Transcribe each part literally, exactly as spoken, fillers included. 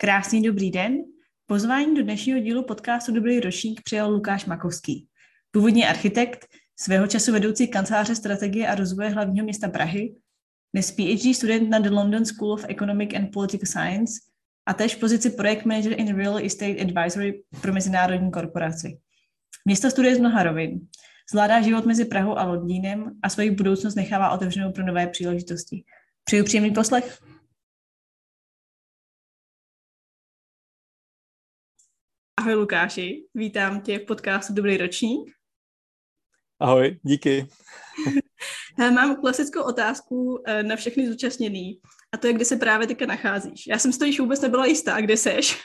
Krásný dobrý den. Pozvání do dnešního dílu podcastu Dobrý ročník přijal Lukáš Makovský. Původně architekt, svého času vedoucí kanceláře strategie a rozvoje hlavního města Prahy, dnes PhD student na The London School of Economic and Political Science a též v pozici projekt manager in Real Estate Advisory pro mezinárodní korporaci. Město studuje z mnoha rovin. Zvládá život mezi Prahou a Londýnem a svoji budoucnost nechává otevřenou pro nové příležitosti. Přeju příjemný poslech. Ahoj Lukáši, vítám tě v podcastu Dobrý ročník. Ahoj, díky. Mám klasickou otázku na všechny zúčastněný a to je, kde se právě teďka nacházíš. Já jsem si to již vůbec nebyla jistá, kde seš.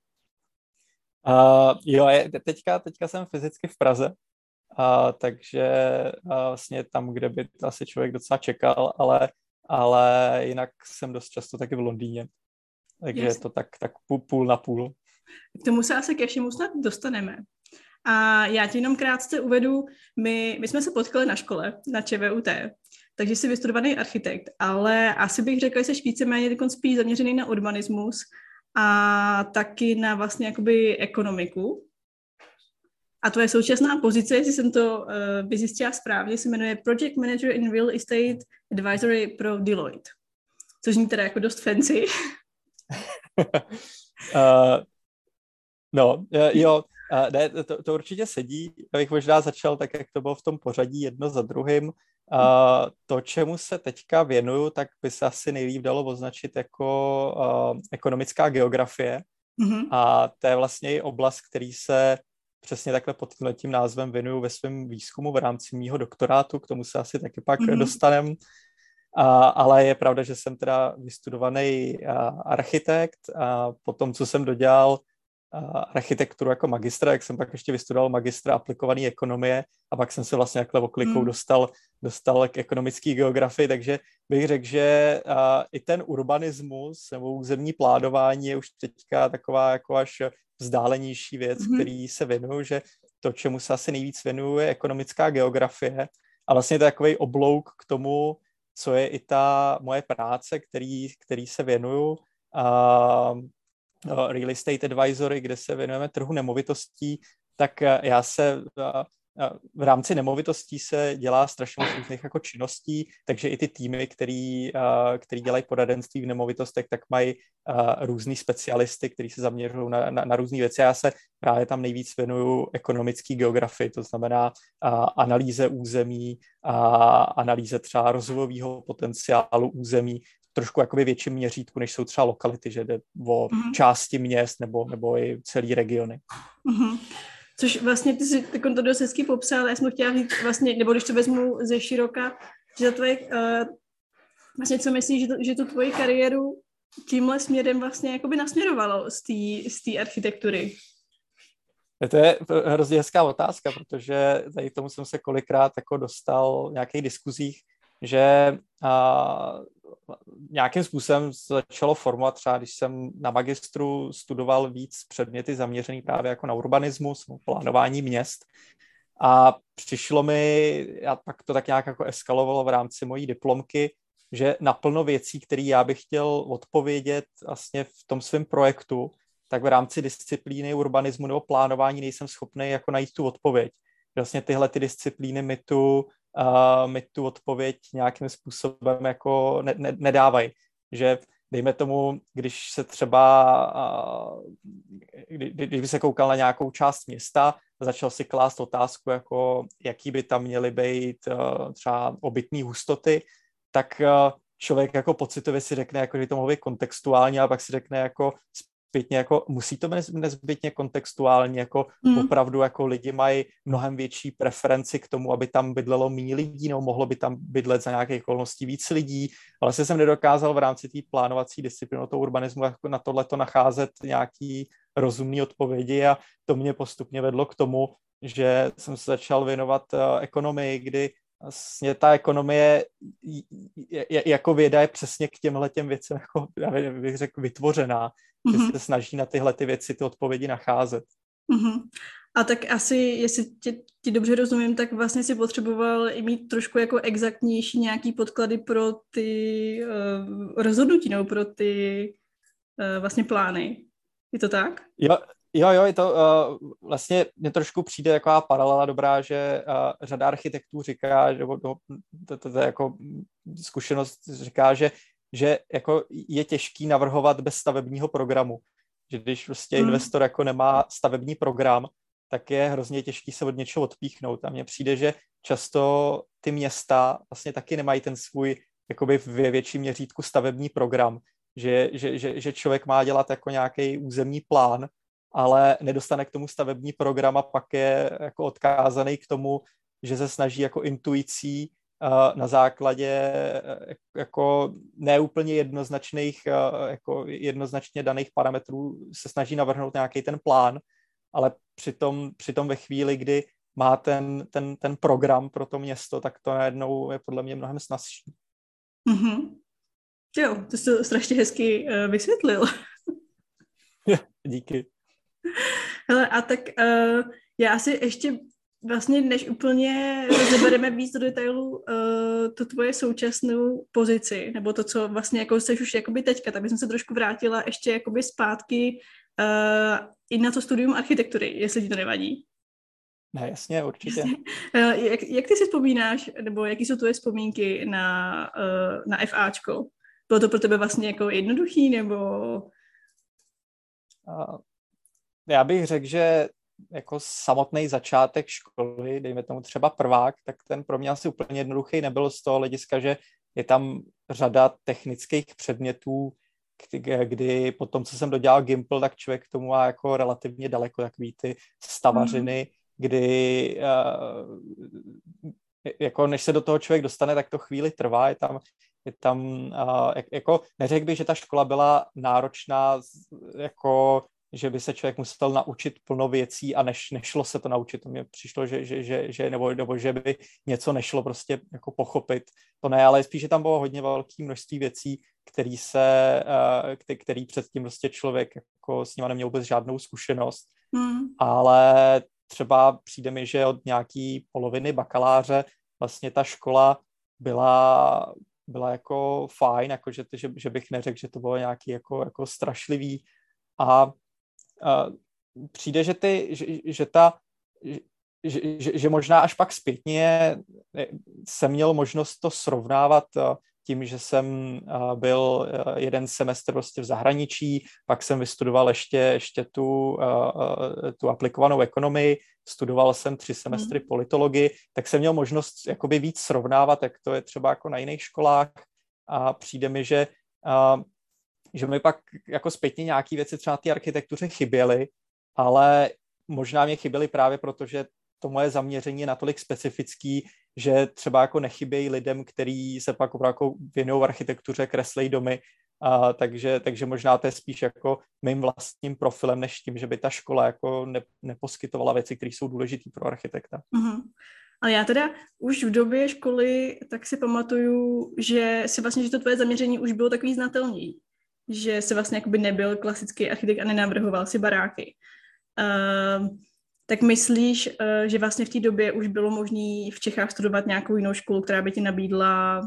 Uh, jo, teďka, teďka jsem fyzicky v Praze, uh, takže uh, vlastně tam, kde by to asi člověk docela čekal, ale, ale jinak jsem dost často taky v Londýně, takže yes. Je to tak, tak půl, půl na půl. K tomu se asi ke všemu snad dostaneme. A já ti jenom krátce uvedu, my, my jsme se potkali na škole, na ČVUT, takže jsi vystudovaný architekt, ale asi bych řekla, že jsi víceméně spíš zaměřený na urbanismus a taky na vlastně jakoby ekonomiku. A tvoje současná pozice, jestli jsem to uh, vyzjistila správně, se jmenuje Project Manager in Real Estate Advisory pro Deloitte, což zní teda jako dost fancy. uh, no, jo, uh, ne, to, to určitě sedí. Abych možná začal tak, jak to bylo v tom pořadí, jedno za druhým. Uh, to, čemu se teďka věnuju, tak by se asi nejlíp dalo označit jako uh, ekonomická geografie. Mm-hmm. A to je vlastně i oblast, který se přesně takhle pod tím názvem věnuju ve svém výzkumu v rámci mýho doktorátu. K tomu se asi taky pak mm-hmm. dostanem. A, ale je pravda, že jsem teda vystudovaný uh, architekt a potom, co jsem dodělal uh, architekturu jako magistra, jak jsem pak ještě vystudoval magistra aplikované ekonomie a pak jsem se vlastně takhle oklikou mm. dostal, dostal k ekonomické geografii, takže bych řekl, že uh, i ten urbanismus nebo územní plánování je už teďka taková jako až vzdálenější věc, mm. který se věnuju, že to, čemu se asi nejvíc věnuju, je ekonomická geografie a vlastně to je takový oblouk k tomu, co je i ta moje práce, který, který se věnuju, uh, Real Estate Advisory, kde se věnujeme trhu nemovitostí, tak já se uh, v rámci nemovitostí se dělá strašně moc různých jako činností, takže i ty týmy, který, uh, který dělají poradenství v nemovitostech, tak mají uh, různý specialisty, kteří se zaměřují na, na, na různé věci. Já se právě tam nejvíc věnuju ekonomické geografii, to znamená uh, analýze území, uh, analýze třeba rozvojového potenciálu území, trošku jakoby větším měřítku, než jsou třeba lokality, že jde o mm-hmm. části měst nebo, nebo i celý regiony. Mm-hmm. Což vlastně ty jsi to dost hezky popsal, já jsem chtěla říct vlastně, nebo když to vezmu ze široka, že to tvoje, uh, vlastně co myslíš, že, to, že tu tvoji kariéru tímhle směrem vlastně jakoby nasměrovalo z té z té architektury? To je hrozně hezká otázka, protože tady k tomu jsem se kolikrát jako dostal v nějakých diskuzích, že uh, nějakým způsobem začalo formovat třeba, když jsem na magistru studoval víc předměty zaměřený právě jako na urbanismus, plánování měst a přišlo mi, a pak to tak nějak jako eskalovalo v rámci mojí diplomky, že naplno věcí, které já bych chtěl odpovědět vlastně v tom svém projektu, tak v rámci disciplíny urbanismu nebo plánování nejsem schopný jako najít tu odpověď. Vlastně tyhle ty disciplíny mi tu Uh, mi tu odpověď nějakým způsobem jako ne, ne, nedávají. Že dejme tomu, když se třeba, uh, kdy, když by se koukal na nějakou část města, začal si klást otázku, jako jaký by tam měly být uh, třeba obytné hustoty, tak uh, člověk jako pocitově si řekne, jako, že to mohlo být kontextuálně, a pak si řekne jako zpětně, jako musí to být nezbytně kontextuálně, jako mm. opravdu jako lidi mají mnohem větší preferenci k tomu, aby tam bydlelo méně lidí, nebo mohlo by tam bydlet za nějakých okolností víc lidí, ale se jsem nedokázal v rámci té plánovací disciplíny toho urbanismu jako na tohleto nacházet nějaký rozumný odpovědi a to mě postupně vedlo k tomu, že jsem se začal věnovat uh, ekonomii, kdy vlastně ta ekonomie jako věda je přesně k těmhletěm věcem, jako, já bych řekl, vytvořená, mm-hmm. že se snaží na tyhle ty věci ty odpovědi nacházet. Mm-hmm. A tak asi, jestli tě, ti dobře rozumím, tak vlastně si potřeboval i mít trošku jako exaktnější nějaký podklady pro ty uh, rozhodnutí, nebo pro ty uh, vlastně plány. Je to tak? Jo, jo, jo, je to uh, vlastně mně trošku přijde taková paralela dobrá, že uh, řada architektů říká, že to, to, to, to, to jako zkušenost říká, že, že jako je těžký navrhovat bez stavebního programu. Že když prostě Hmm. investor jako nemá stavební program, tak je hrozně těžký se od něčeho odpíchnout. A mně přijde, že často ty města vlastně taky nemají ten svůj jakoby ve větším měřítku stavební program. Že, že, že, že člověk má dělat jako nějaký územní plán, ale nedostane k tomu stavební program a pak je jako odkázaný k tomu, že se snaží jako intuicí uh, na základě uh, jako neúplně jednoznačných, uh, jako jednoznačně daných parametrů se snaží navrhnout nějaký ten plán, ale přitom, přitom ve chvíli, kdy má ten, ten, ten program pro to město, tak to najednou je podle mě mnohem snazší. Mm-hmm. Jo, to jsi to strašně hezky uh, vysvětlil. Díky. Hele, a tak uh, já si ještě vlastně, než úplně rozebereme víc do detailu uh, tu tvoje současnou pozici, nebo to, co vlastně jako jsi už jakoby teďka, tak bych se trošku vrátila ještě jakoby zpátky uh, i na to studium architektury, jestli ti to nevadí. Ne, jasně, určitě. Uh, jak, jak ty si vzpomínáš, nebo jaký jsou tvoje vzpomínky na, uh, na FAčko? Bylo to pro tebe vlastně jako jednoduchý, nebo... Uh, já bych řekl, že jako samotný začátek školy, dejme tomu třeba prvák, tak ten pro mě asi úplně jednoduchý nebyl z toho hlediska, že je tam řada technických předmětů, kdy, kdy po tom, co jsem dodělal Gimpl, tak člověk k tomu má jako relativně daleko takový ty stavařiny, mm. kdy uh, jako než se do toho člověk dostane, tak to chvíli trvá, je tam je tam, uh, jako neřekl bych, že ta škola byla náročná, jako že by se člověk musel naučit plno věcí a než, nešlo se to naučit. To mně přišlo, že, že, že, že nebo, nebo že by něco nešlo prostě jako pochopit. To ne, ale spíš, že tam bylo hodně velké množství věcí, který se, uh, který předtím prostě člověk jako s nima neměl vůbec žádnou zkušenost. Mm. Ale třeba přijde mi, že od nějaký poloviny bakaláře vlastně ta škola byla byla jako fajn, jako že, že, že bych neřekl, že to bylo nějaký jako, jako strašlivý. A, a přijde, že, ty, že, že ta že, že, že možná až pak zpětně jsem měl možnost to srovnávat tím, že jsem byl jeden semestr prostě v zahraničí, pak jsem vystudoval ještě, ještě tu, tu aplikovanou ekonomii, studoval jsem tři semestry hmm. politologii, tak jsem měl možnost jakoby víc srovnávat, jak to je třeba jako na jiných školách a přijde mi, že, že mi pak jako zpětně nějaký věci třeba té architektuře chyběly, ale možná mě chyběly právě proto, že to moje zaměření je natolik specifický, že třeba jako nechybějí lidem, kteří se pak jako věnují architektuře, kreslej domy, a takže, takže možná to je spíš jako mým vlastním profilem, než tím, že by ta škola jako ne, neposkytovala věci, které jsou důležité pro architekta. Uh-huh. Ale já teda už v době školy tak si pamatuju, že si vlastně, že to tvoje zaměření už bylo takový znatelný, že se vlastně jakoby nebyl klasický architekt a nenavrhoval si baráky. Uh, tak myslíš, že vlastně v té době už bylo možné v Čechách studovat nějakou jinou školu, která by ti nabídla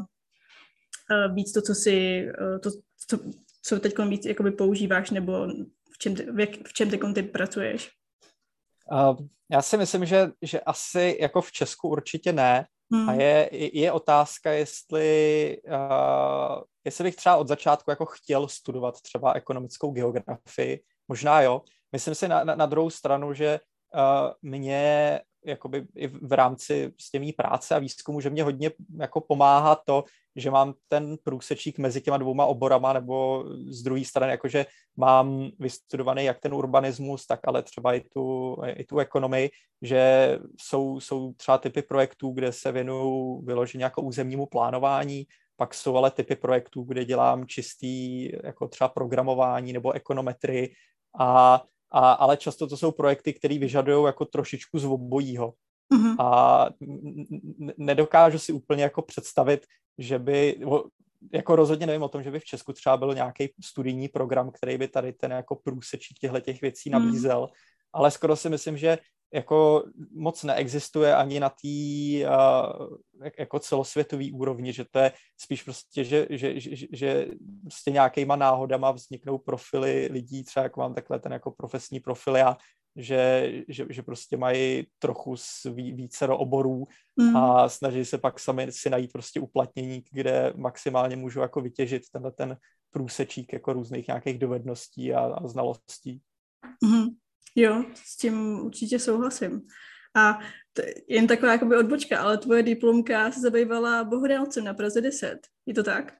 víc to, co si, to, co, co teď víc jakoby používáš, nebo v čem, v čem teď ty pracuješ? Uh, já si myslím, že, že asi jako v Česku určitě ne. Hmm. A je, je otázka, jestli, uh, jestli bych třeba od začátku jako chtěl studovat třeba ekonomickou geografii. Možná jo. Myslím si na, na, na druhou stranu, že Uh, mě jakoby i v rámci s těmí práce a výzkumu, že mě hodně jako pomáhá to, že mám ten průsečík mezi těma dvouma oborama, nebo z druhé strany, jakože mám vystudovaný jak ten urbanismus, tak ale třeba i tu, i tu ekonomii, že jsou, jsou třeba typy projektů, kde se věnuju vyloženě jako územnímu plánování, pak jsou ale typy projektů, kde dělám čistý jako třeba programování nebo ekonometrii a A, ale často to jsou projekty, které vyžadují jako trošičku z obojího. Mm-hmm. A n- nedokážu si úplně jako představit, že by, jako rozhodně nevím o tom, že by v Česku třeba byl nějaký studijní program, který by tady ten jako průsečík těchto těch věcí nabízel, mm-hmm. ale skoro si myslím, že jako moc neexistuje ani na té uh, jako celosvětový úrovni, že to je spíš prostě, že, že, že, že prostě nějakýma náhodama vzniknou profily lidí, třeba jako mám takhle ten jako profesní profil já, že, že, že prostě mají trochu vícero oborů mm. a snaží se pak sami si najít prostě uplatnění, kde maximálně můžou jako vytěžit tenhle ten průsečík jako různých nějakých dovedností a, a znalostí. Mm. Jo, s tím určitě souhlasím. A t- jen taková jakoby odbočka, ale tvoje diplomka se zabývala Bohdálcem na Praze deset. Je to tak?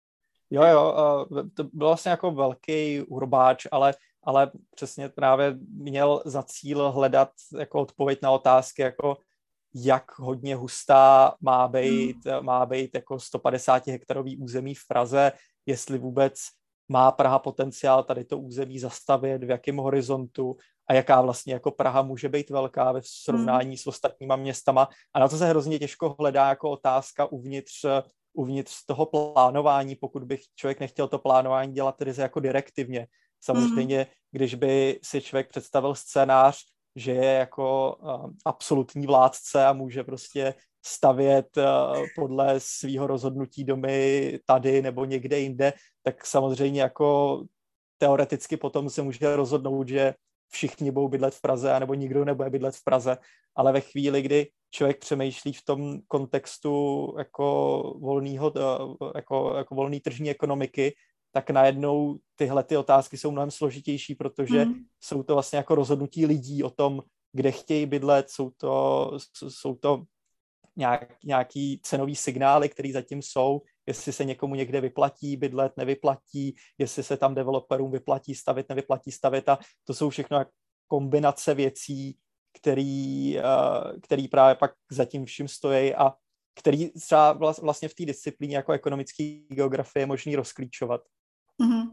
Jo, jo, to byl vlastně jako velký urbáč, ale, ale přesně právě měl za cíl hledat jako odpověď na otázky, jako jak hodně hustá má být, hmm. má být jako sto padesát hektarový území v Praze, jestli vůbec má Praha potenciál tady to území zastavit, v jakém horizontu a jaká vlastně jako Praha může být velká ve srovnání hmm. s ostatníma městama. A na to se hrozně těžko hledá jako otázka uvnitř, uvnitř toho plánování, pokud by člověk nechtěl to plánování dělat tedy jako direktivně. Samozřejmě, hmm. když by si člověk představil scénář, že je jako uh, absolutní vládce a může prostě stavět uh, podle svého rozhodnutí domy tady nebo někde jinde, tak samozřejmě jako teoreticky potom se může rozhodnout, že všichni budou bydlet v Praze, anebo nikdo nebude bydlet v Praze, ale ve chvíli, kdy člověk přemýšlí v tom kontextu jako volného, jako, jako volný tržní ekonomiky, tak najednou tyhle ty otázky jsou mnohem složitější, protože mm. jsou to vlastně jako rozhodnutí lidí o tom, kde chtějí bydlet, jsou to, jsou to nějak, nějaký cenový signály, které zatím jsou, jestli se někomu někde vyplatí bydlet, nevyplatí, jestli se tam developerům vyplatí stavit, nevyplatí stavit a to jsou všechno kombinace věcí, který, který právě pak zatím vším stojí a který třeba vlastně v té disciplíně jako ekonomické geografie je možný rozklíčovat. Mm-hmm.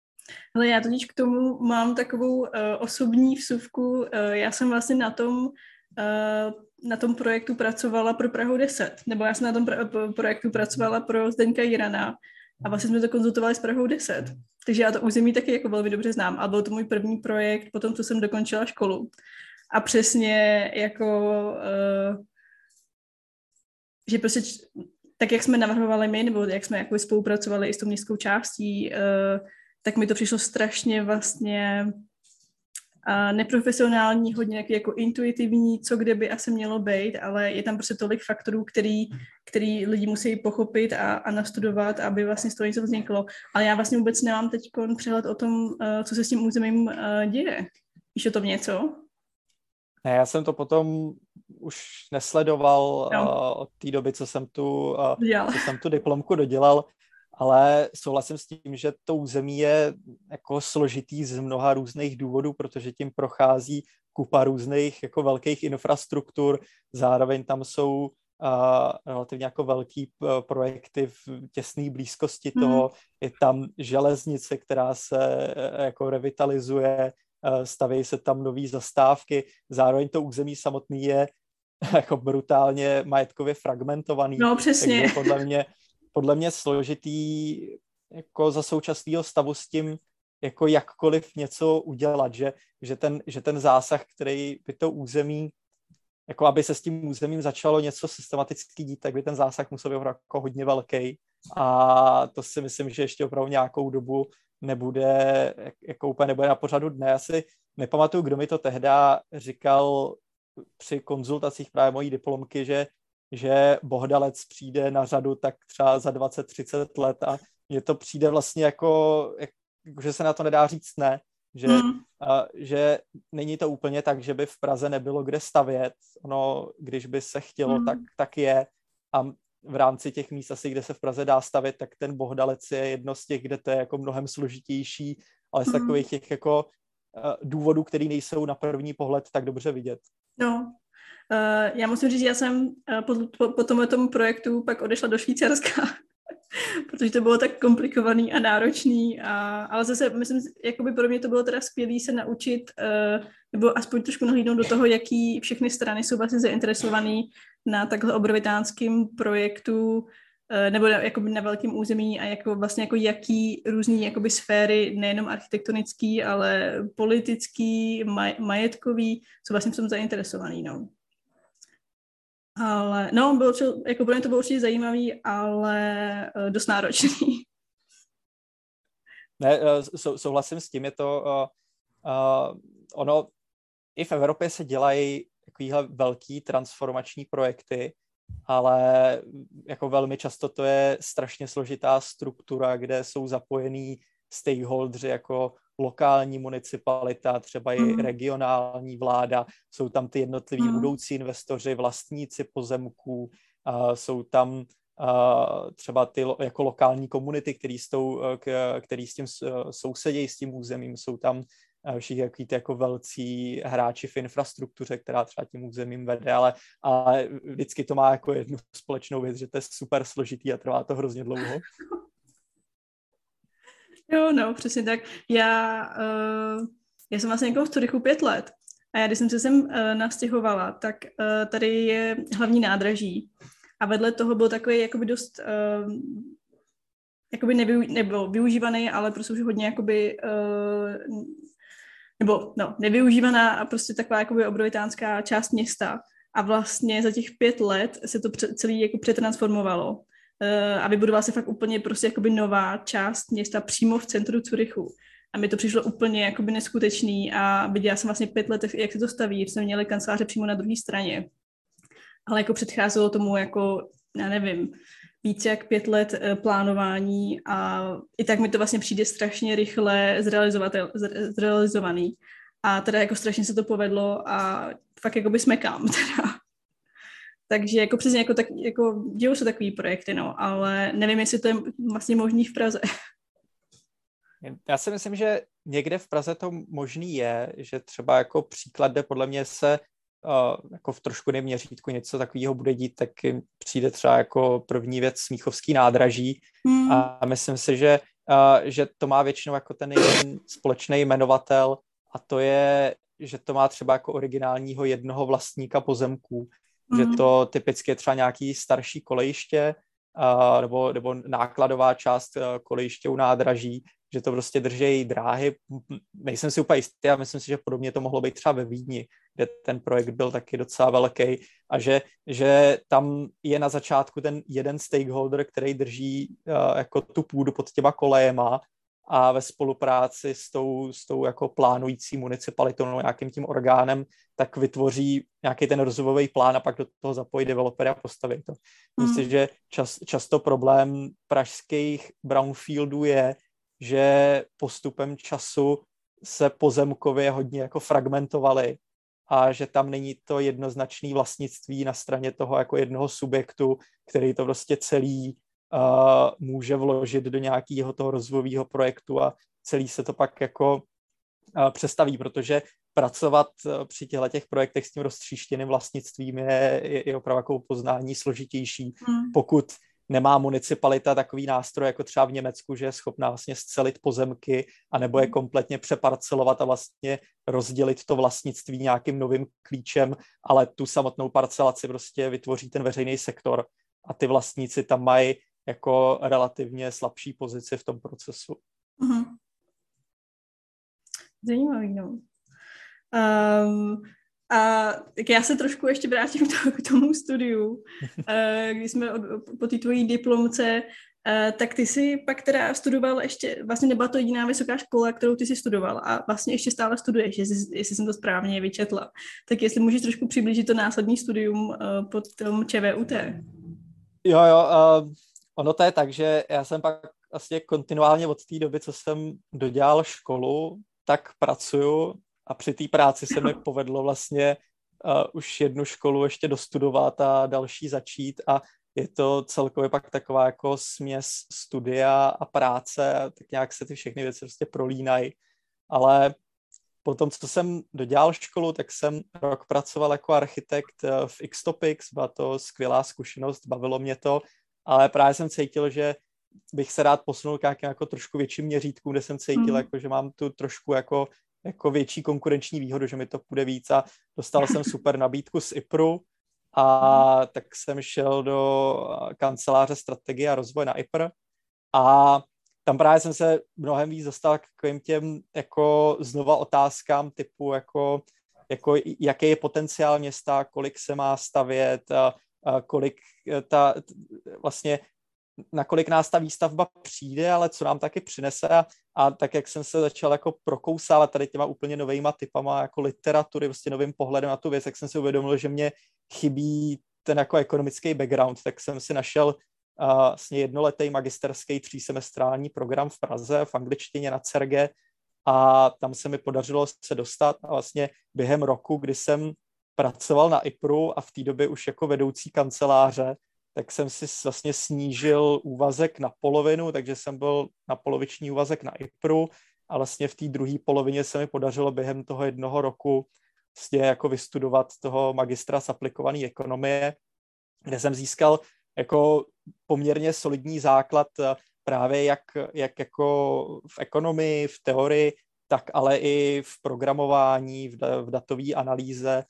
Ale já totiž k tomu mám takovou uh, osobní vsuvku. Uh, já jsem vlastně na tom uh, na tom projektu pracovala pro Prahu deset, nebo já jsem na tom pro- projektu pracovala pro Zdeňka Jirana a vlastně jsme to konzultovali s Prahou deset. Takže já to území taky jako velmi dobře znám a byl to můj první projekt potom, co jsem dokončila školu. A přesně jako, uh, že prostě tak, jak jsme navrhovali my, nebo jak jsme jako spolupracovali i s tou městskou částí, uh, tak mi to přišlo strašně vlastně uh, neprofesionální, hodně jako intuitivní, co kde by asi mělo být, ale je tam prostě tolik faktorů, který, který lidi musí pochopit a, a nastudovat, aby vlastně z toho něco vzniklo. Ale já vlastně vůbec nemám teď přehled o tom, uh, co se s tím územím uh, děje. Víš o tom něco? Ne, já jsem to potom už nesledoval no. uh, od té doby, co jsem, tu, uh, co jsem tu diplomku dodělal, ale souhlasím s tím, že to území je jako složitý z mnoha různých důvodů, protože tím prochází kupa různých jako velkých infrastruktur, zároveň tam jsou uh, relativně jako velký uh, projekty v těsné blízkosti toho, mm. je tam železnice, která se uh, jako revitalizuje, staví se tam nový zastávky, zároveň to území samotný je jako brutálně majetkově fragmentovaný. No, přesně. Takže podle mě, podle mě složitý jako za současného stavu s tím jako jakkoliv něco udělat, že, že, ten, že ten zásah, který by to území, jako aby se s tím územím začalo něco systematicky dít, tak by ten zásah musel být jako hodně velký a to si myslím, že ještě opravdu nějakou dobu nebude, jako úplně nebude na pořadu dne. Já si nepamatuju, kdo mi to tehda říkal při konzultacích právě mojí diplomky, že, že Bohdalec přijde na řadu tak třeba za dvacet třicet let a mně to přijde vlastně jako, jako že se na to nedá říct ne, že, mm. a, že není to úplně tak, že by v Praze nebylo kde stavět. Ono, když by se chtělo, mm. tak, tak je. A v rámci těch míst asi, kde se v Praze dá stavět, tak ten Bohdalec je jedno z těch, kde to je jako mnohem složitější, ale z mm. takových těch jako uh, důvodů, které nejsou na první pohled tak dobře vidět. No, uh, já musím říct, že já jsem uh, po, po, po tomhle projektu pak odešla do Švýcarska, protože to bylo tak komplikovaný a náročný, a, ale zase myslím, jakoby pro mě to bylo teda skvělý se naučit, uh, nebo aspoň trošku nahlídnout do toho, jaký všechny strany jsou vlastně zainteresovaný na takhle obrovitánském projektu, nebo jakoby na velkém území a jako vlastně jako jaký různý jakoby sféry, nejenom architektonický, ale politický, maj, majetkový, jsou vlastně v tom zainteresovaný, no. Ale, no, bylo to, jako pro mě to bylo určitě zajímavý, ale dost náročný. Ne, sou, souhlasím s tím, je to, uh, uh, ono, i v Evropě se dělají takovýhle velký transformační projekty, ale jako velmi často to je strašně složitá struktura, kde jsou zapojení stakeholdři jako lokální municipalita, třeba i mm. regionální vláda, jsou tam ty jednotliví mm. budoucí investoři, vlastníci pozemků, uh, jsou tam uh, třeba ty lo, jako lokální komunity, který s, tou, k, který s tím uh, sousedí s tím územím, jsou tam všichni takový ty jako velcí hráči v infrastruktuře, která třeba tím územím vede, ale, ale vždycky to má jako jednu společnou věc, že to je super složitý a trvá to hrozně dlouho. Jo, no, přesně tak. Já, uh, já jsem vlastně jako v Curychu pět let a já, když jsem se sem uh, nastěhovala, tak uh, tady je hlavní nádraží a vedle toho byl takový jakoby dost uh, jakoby nevyu, nebo využívaný, ale prostě už hodně jakoby uh, nebo no, nevyužívaná a prostě taková jakoby obrovitánská část města. A vlastně za těch pět let se to celý jako přetransformovalo. Uh, a vybudovala se fakt úplně prostě jakoby nová část města přímo v centru Curychu. A mi to přišlo úplně jakoby neskutečný a viděla jsem vlastně pět let, jak se to staví, že jsme měli kanceláře přímo na druhé straně. Ale jako předcházelo tomu jako, já nevím, více jak pět let plánování a i tak mi to vlastně přijde strašně rychle zrealizovaný. A teda jako strašně se to povedlo a fakt jakoby smekám teda. Takže jako přesně jako, tak, jako dějou se takový projekty, no, ale nevím, jestli to je vlastně možný v Praze. Já si myslím, že někde v Praze to možný je, že třeba jako příklad, kde podle mě se uh, jako v trošku jiném měřítku něco takového bude dít, tak přijde třeba jako první věc Smíchovský nádraží hmm. a myslím si, že, uh, že to má většinou jako ten jeden společný jmenovatel a to je, že to má třeba jako originálního jednoho vlastníka pozemků, hmm. že to typicky je třeba nějaký starší kolejiště uh, nebo, nebo nákladová část uh, kolejiště u nádraží, že to prostě drží dráhy. Nejsem si úplně jistý a myslím si, že podobně to mohlo být třeba ve Vídni, kde ten projekt byl taky docela velký a že, že tam je na začátku ten jeden stakeholder, který drží uh, jako tu půdu pod těma kolejema a ve spolupráci s tou, s tou jako plánující municipalitou nebo nějakým tím orgánem, tak vytvoří nějaký ten rozvojový plán a pak do toho zapojí developery a postaví to. Mm. Myslím si, že čas, často problém pražských brownfieldů je, že postupem času se pozemkově hodně jako fragmentovaly a že tam není to jednoznačné vlastnictví na straně toho jako jednoho subjektu, který to prostě celý uh, může vložit do nějakého toho rozvojového projektu a celý se to pak jako uh, přestaví, protože pracovat uh, při těchto těch projektech s tím roztříštěným vlastnictvím je, je, je opravdu jako poznání složitější, hmm. pokud nemá municipalita takový nástroj, jako třeba v Německu, že je schopná vlastně scelit pozemky anebo je kompletně přeparcelovat a vlastně rozdělit to vlastnictví nějakým novým klíčem, ale tu samotnou parcelaci prostě vytvoří ten veřejný sektor a ty vlastníci tam mají jako relativně slabší pozici v tom procesu. Uh-huh. Zajímavý, no. Um... A tak já se trošku ještě vrátím k tomu studiu, když jsme od, po té tvojí diplomce, tak ty jsi pak teda studoval ještě, vlastně nebyla to jediná vysoká škola, kterou ty jsi studoval a vlastně ještě stále studuješ, jestli, jestli jsem to správně vyčetla. Tak jestli můžeš trošku přiblížit to následný studium pod tom ČVUT. Jo, jo, uh, ono to je tak, že já jsem pak vlastně kontinuálně od té doby, co jsem dodělal školu, tak pracuju. A při té práci se mi povedlo vlastně uh, už jednu školu ještě dostudovat a další začít a je to celkově pak taková jako směs studia a práce a tak nějak se ty všechny věci prostě prolínají. Ale potom, co jsem dodělal školu, tak jsem rok pracoval jako architekt v Xtopics, byla to skvělá zkušenost, bavilo mě to, ale právě jsem cítil, že bych se rád posunul k nějakým jako trošku větším měřítkům, kde jsem cítil, mm. jako, že mám tu trošku jako jako větší konkurenční výhodu, že mi to půjde víc a dostal jsem super nabídku z I P R U a tak jsem šel do kanceláře strategie a rozvoje na I P R a tam právě jsem se mnohem víc dostal k takovým těm jako znova otázkám typu jako, jako jaký je potenciál města, kolik se má stavět, a, a kolik ta vlastně nakolik nás ta výstavba přijde, ale co nám taky přinese a, a tak, jak jsem se začal jako prokousávat tady těma úplně novejma typama jako literatury, prostě novým pohledem na tu věc, tak jsem si uvědomil, že mě chybí ten jako ekonomický background, tak jsem si našel uh, vlastně jednoletý magisterský třísemestrální program v Praze v angličtině na C E R G a tam se mi podařilo se dostat a vlastně během roku, kdy jsem pracoval na I P R U a v té době už jako vedoucí kanceláře, tak jsem si vlastně snížil úvazek na polovinu, takže jsem byl na poloviční úvazek na I P R U a vlastně v té druhé polovině se mi podařilo během toho jednoho roku vlastně jako vystudovat toho magistra z aplikované ekonomie, kde jsem získal jako poměrně solidní základ právě jak, jak jako v ekonomii, v teorii, tak ale i v programování, v, v datové analýze,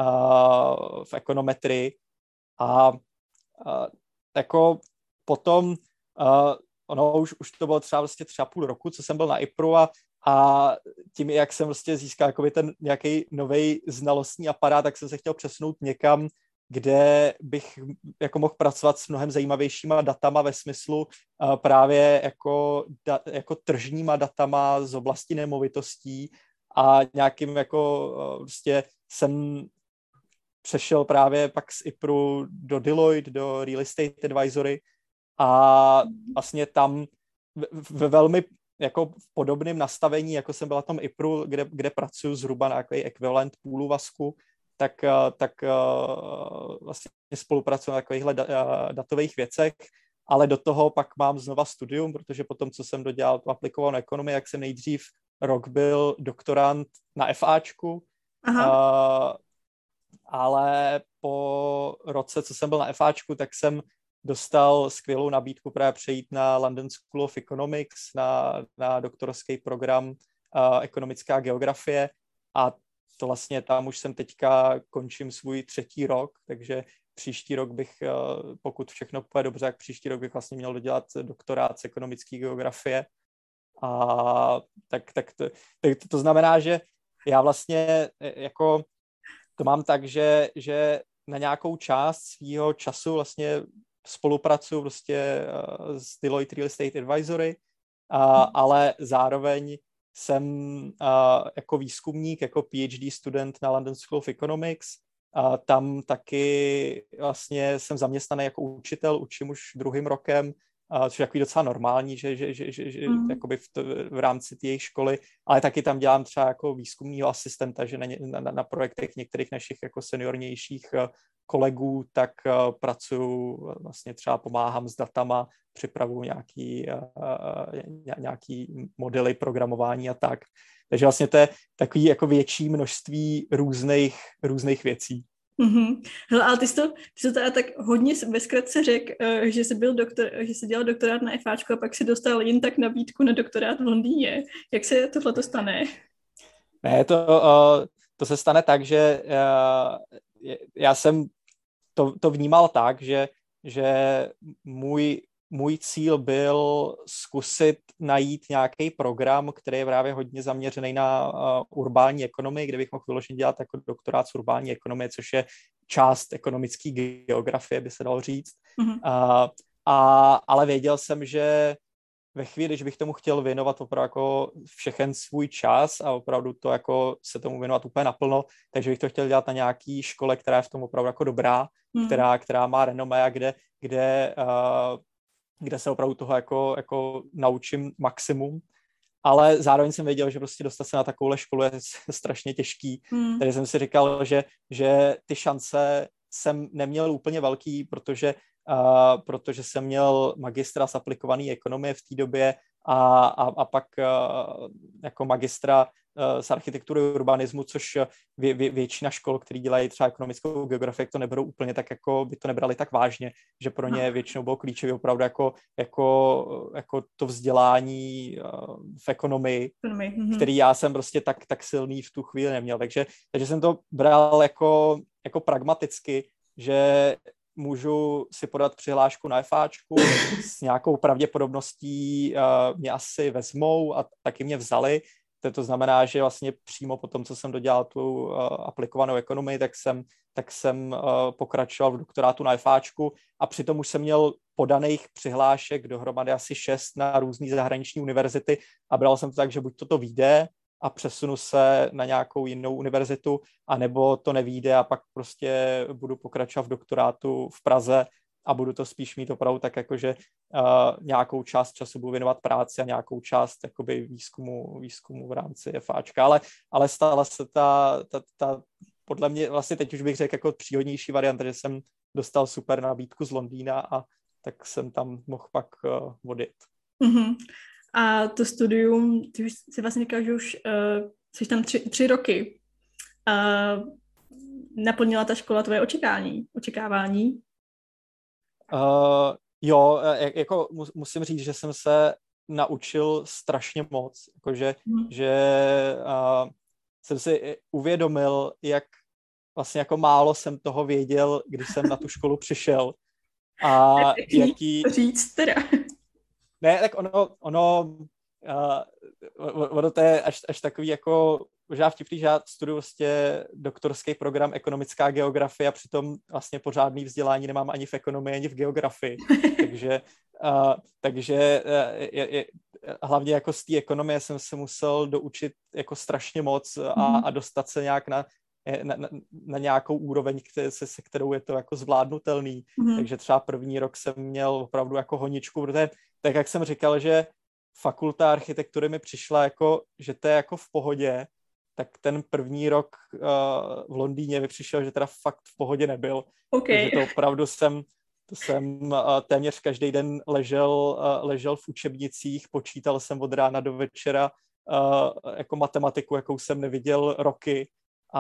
v ekonometrii a Uh, jako potom, uh, ono už, už to bylo třeba vlastně třeba půl roku, co jsem byl na I P R U a, a tím, jak jsem vlastně získal jakoby ten nějaký nový znalostní aparát, tak jsem se chtěl přesunout někam, kde bych jako mohl pracovat s mnohem zajímavějšíma datama ve smyslu uh, právě jako, da, jako tržníma datama z oblasti nemovitostí a nějakým jako uh, vlastně jsem přešel právě pak z I P R U do Deloitte, do Real Estate Advisory a vlastně tam ve velmi jako v podobném nastavení, jako jsem byl na tom I P R U, kde, kde pracuji zhruba na nějaký ekvivalent půluvazku, tak, tak vlastně spolupracuji na takovýchhle datových věcech, ale do toho pak mám znova studium, protože potom, co jsem dodělal tu aplikovanou ekonomii, jak jsem nejdřív rok byl doktorant na FAčku, Aha. ale po roce, co jsem byl na FAčku, tak jsem dostal skvělou nabídku právě přejít na London School of Economics, na, na doktorský program uh, ekonomická geografie a to vlastně tam už jsem teďka končím svůj třetí rok, takže příští rok bych, uh, pokud všechno půjde dobře, tak příští rok bych vlastně měl dodělat doktorát z ekonomické geografie a tak, tak to, tak to znamená, že já vlastně jako to mám tak, že, že na nějakou část svýho času vlastně spolupracuji prostě uh, s Deloitte Real Estate Advisory, uh, ale zároveň jsem uh, jako výzkumník, jako PhD student na London School of Economics. Uh, tam taky vlastně jsem zaměstnaný jako učitel, učím už druhým rokem, Uh, což je takový docela normální, že, že, že, že, že mm. jakoby v, to, v rámci té jejich školy, ale taky tam dělám třeba jako výzkumního asistenta, že na, na, na projektech některých našich jako seniornějších uh, kolegů, tak uh, pracuji, vlastně třeba pomáhám s datama, připravuji nějaký, uh, nějaký modely programování a tak. Takže vlastně to je takový jako větší množství různých, různých věcí. Mm-hmm. Hele, ale ty jsi to, ty jsi to teda tak hodně ve zkratce řekl, uh, že jsi byl doktor, že jsi dělal doktorát na FAčku a pak si dostal jen tak nabídku na doktorát v Londýně. Jak se tohleto stane? Ne, to, uh, to se stane tak, že uh, já jsem to, to vnímal tak, že, že můj, můj cíl byl zkusit najít nějaký program, který je právě hodně zaměřený na uh, urbání ekonomii, kde bych mohl vyloženě dělat jako doktorát z urbání ekonomie, což je část ekonomické geografie, by se dalo říct. Mm-hmm. Uh, a, ale věděl jsem, že ve chvíli, že bych tomu chtěl věnovat opravdu jako všechen svůj čas a opravdu to jako se tomu věnovat úplně naplno, takže bych to chtěl dělat na nějaký škole, která je v tom opravdu jako dobrá, mm. která, která má renomé a kde, kde, uh, kde se opravdu toho jako, jako naučím maximum. Ale zároveň jsem věděl, že prostě dostat se na takovouhle školu je strašně těžký. Mm. Takže jsem si říkal, že, že ty šance jsem neměl úplně velký, protože Uh, protože jsem měl magistra z aplikované ekonomie v té době a, a, a pak uh, jako magistra uh, z architektury urbanismu, což vě, vě, většina škol, který dělají třeba ekonomickou geografii, to neberou úplně tak, jako by to nebrali tak vážně, že pro ně většinou bylo klíčové opravdu jako, jako, jako to vzdělání uh, v ekonomii, mm-hmm. který já jsem prostě tak, tak silný v tu chvíli neměl. Takže, takže jsem to bral jako, jako pragmaticky. že můžu si podat přihlášku na FAčku s nějakou pravděpodobností uh, mě asi vezmou a taky mě vzali. To, to znamená, že vlastně přímo po tom, co jsem dodělal tu uh, aplikovanou ekonomii, tak jsem, tak jsem uh, pokračoval v doktorátu na FAčku a přitom už jsem měl podaných přihlášek dohromady asi šest na různé zahraniční univerzity a bral jsem to tak, že buď toto vyjde a přesunu se na nějakou jinou univerzitu, anebo to nevyjde a pak prostě budu pokračovat v doktorátu v Praze a budu to spíš mít opravdu tak, jakože uh, nějakou část času budu věnovat práci a nějakou část jakoby výzkumu, výzkumu v rámci FAčka, ale, ale stala se ta, ta, ta, podle mě, vlastně teď už bych řekl jako příhodnější varianta, že jsem dostal super nabídku z Londýna a tak jsem tam mohl pak uh, odjet. Mm-hmm. A to studium, ty už si vlastně říkal, že už uh, jsi tam tři, tři roky. Uh, naplnila ta škola tvoje očekávání? očekávání? Uh, jo, jako musím říct, že jsem se naučil strašně moc. Jakože, mm. že uh, jsem si uvědomil, jak vlastně jako málo jsem toho věděl, když jsem na tu školu přišel. A jaký... říct teda. Ne, tak ono, ono, uh, ono to je až, až takový jako, možná vtipný, že já studuju vlastně doktorský program ekonomická geografie a přitom vlastně pořádný vzdělání nemám ani v ekonomii, ani v geografii. takže uh, takže uh, je, je, hlavně jako z té ekonomie jsem se musel doučit jako strašně moc a, mm. a dostat se nějak na Na, na, na nějakou úroveň, které, se, se kterou je to jako zvládnutelný. Mm. Takže třeba první rok jsem měl opravdu jako honičku, protože tak, jak jsem říkal, že fakulta architektury mi přišla jako, že to je jako v pohodě, tak ten první rok uh, v Londýně mi přišel, že teda fakt v pohodě nebyl. Okay. Takže to opravdu jsem, to jsem uh, téměř každý den ležel, uh, ležel v učebnicích, počítal jsem od rána do večera uh, jako matematiku, jakou jsem neviděl roky. A,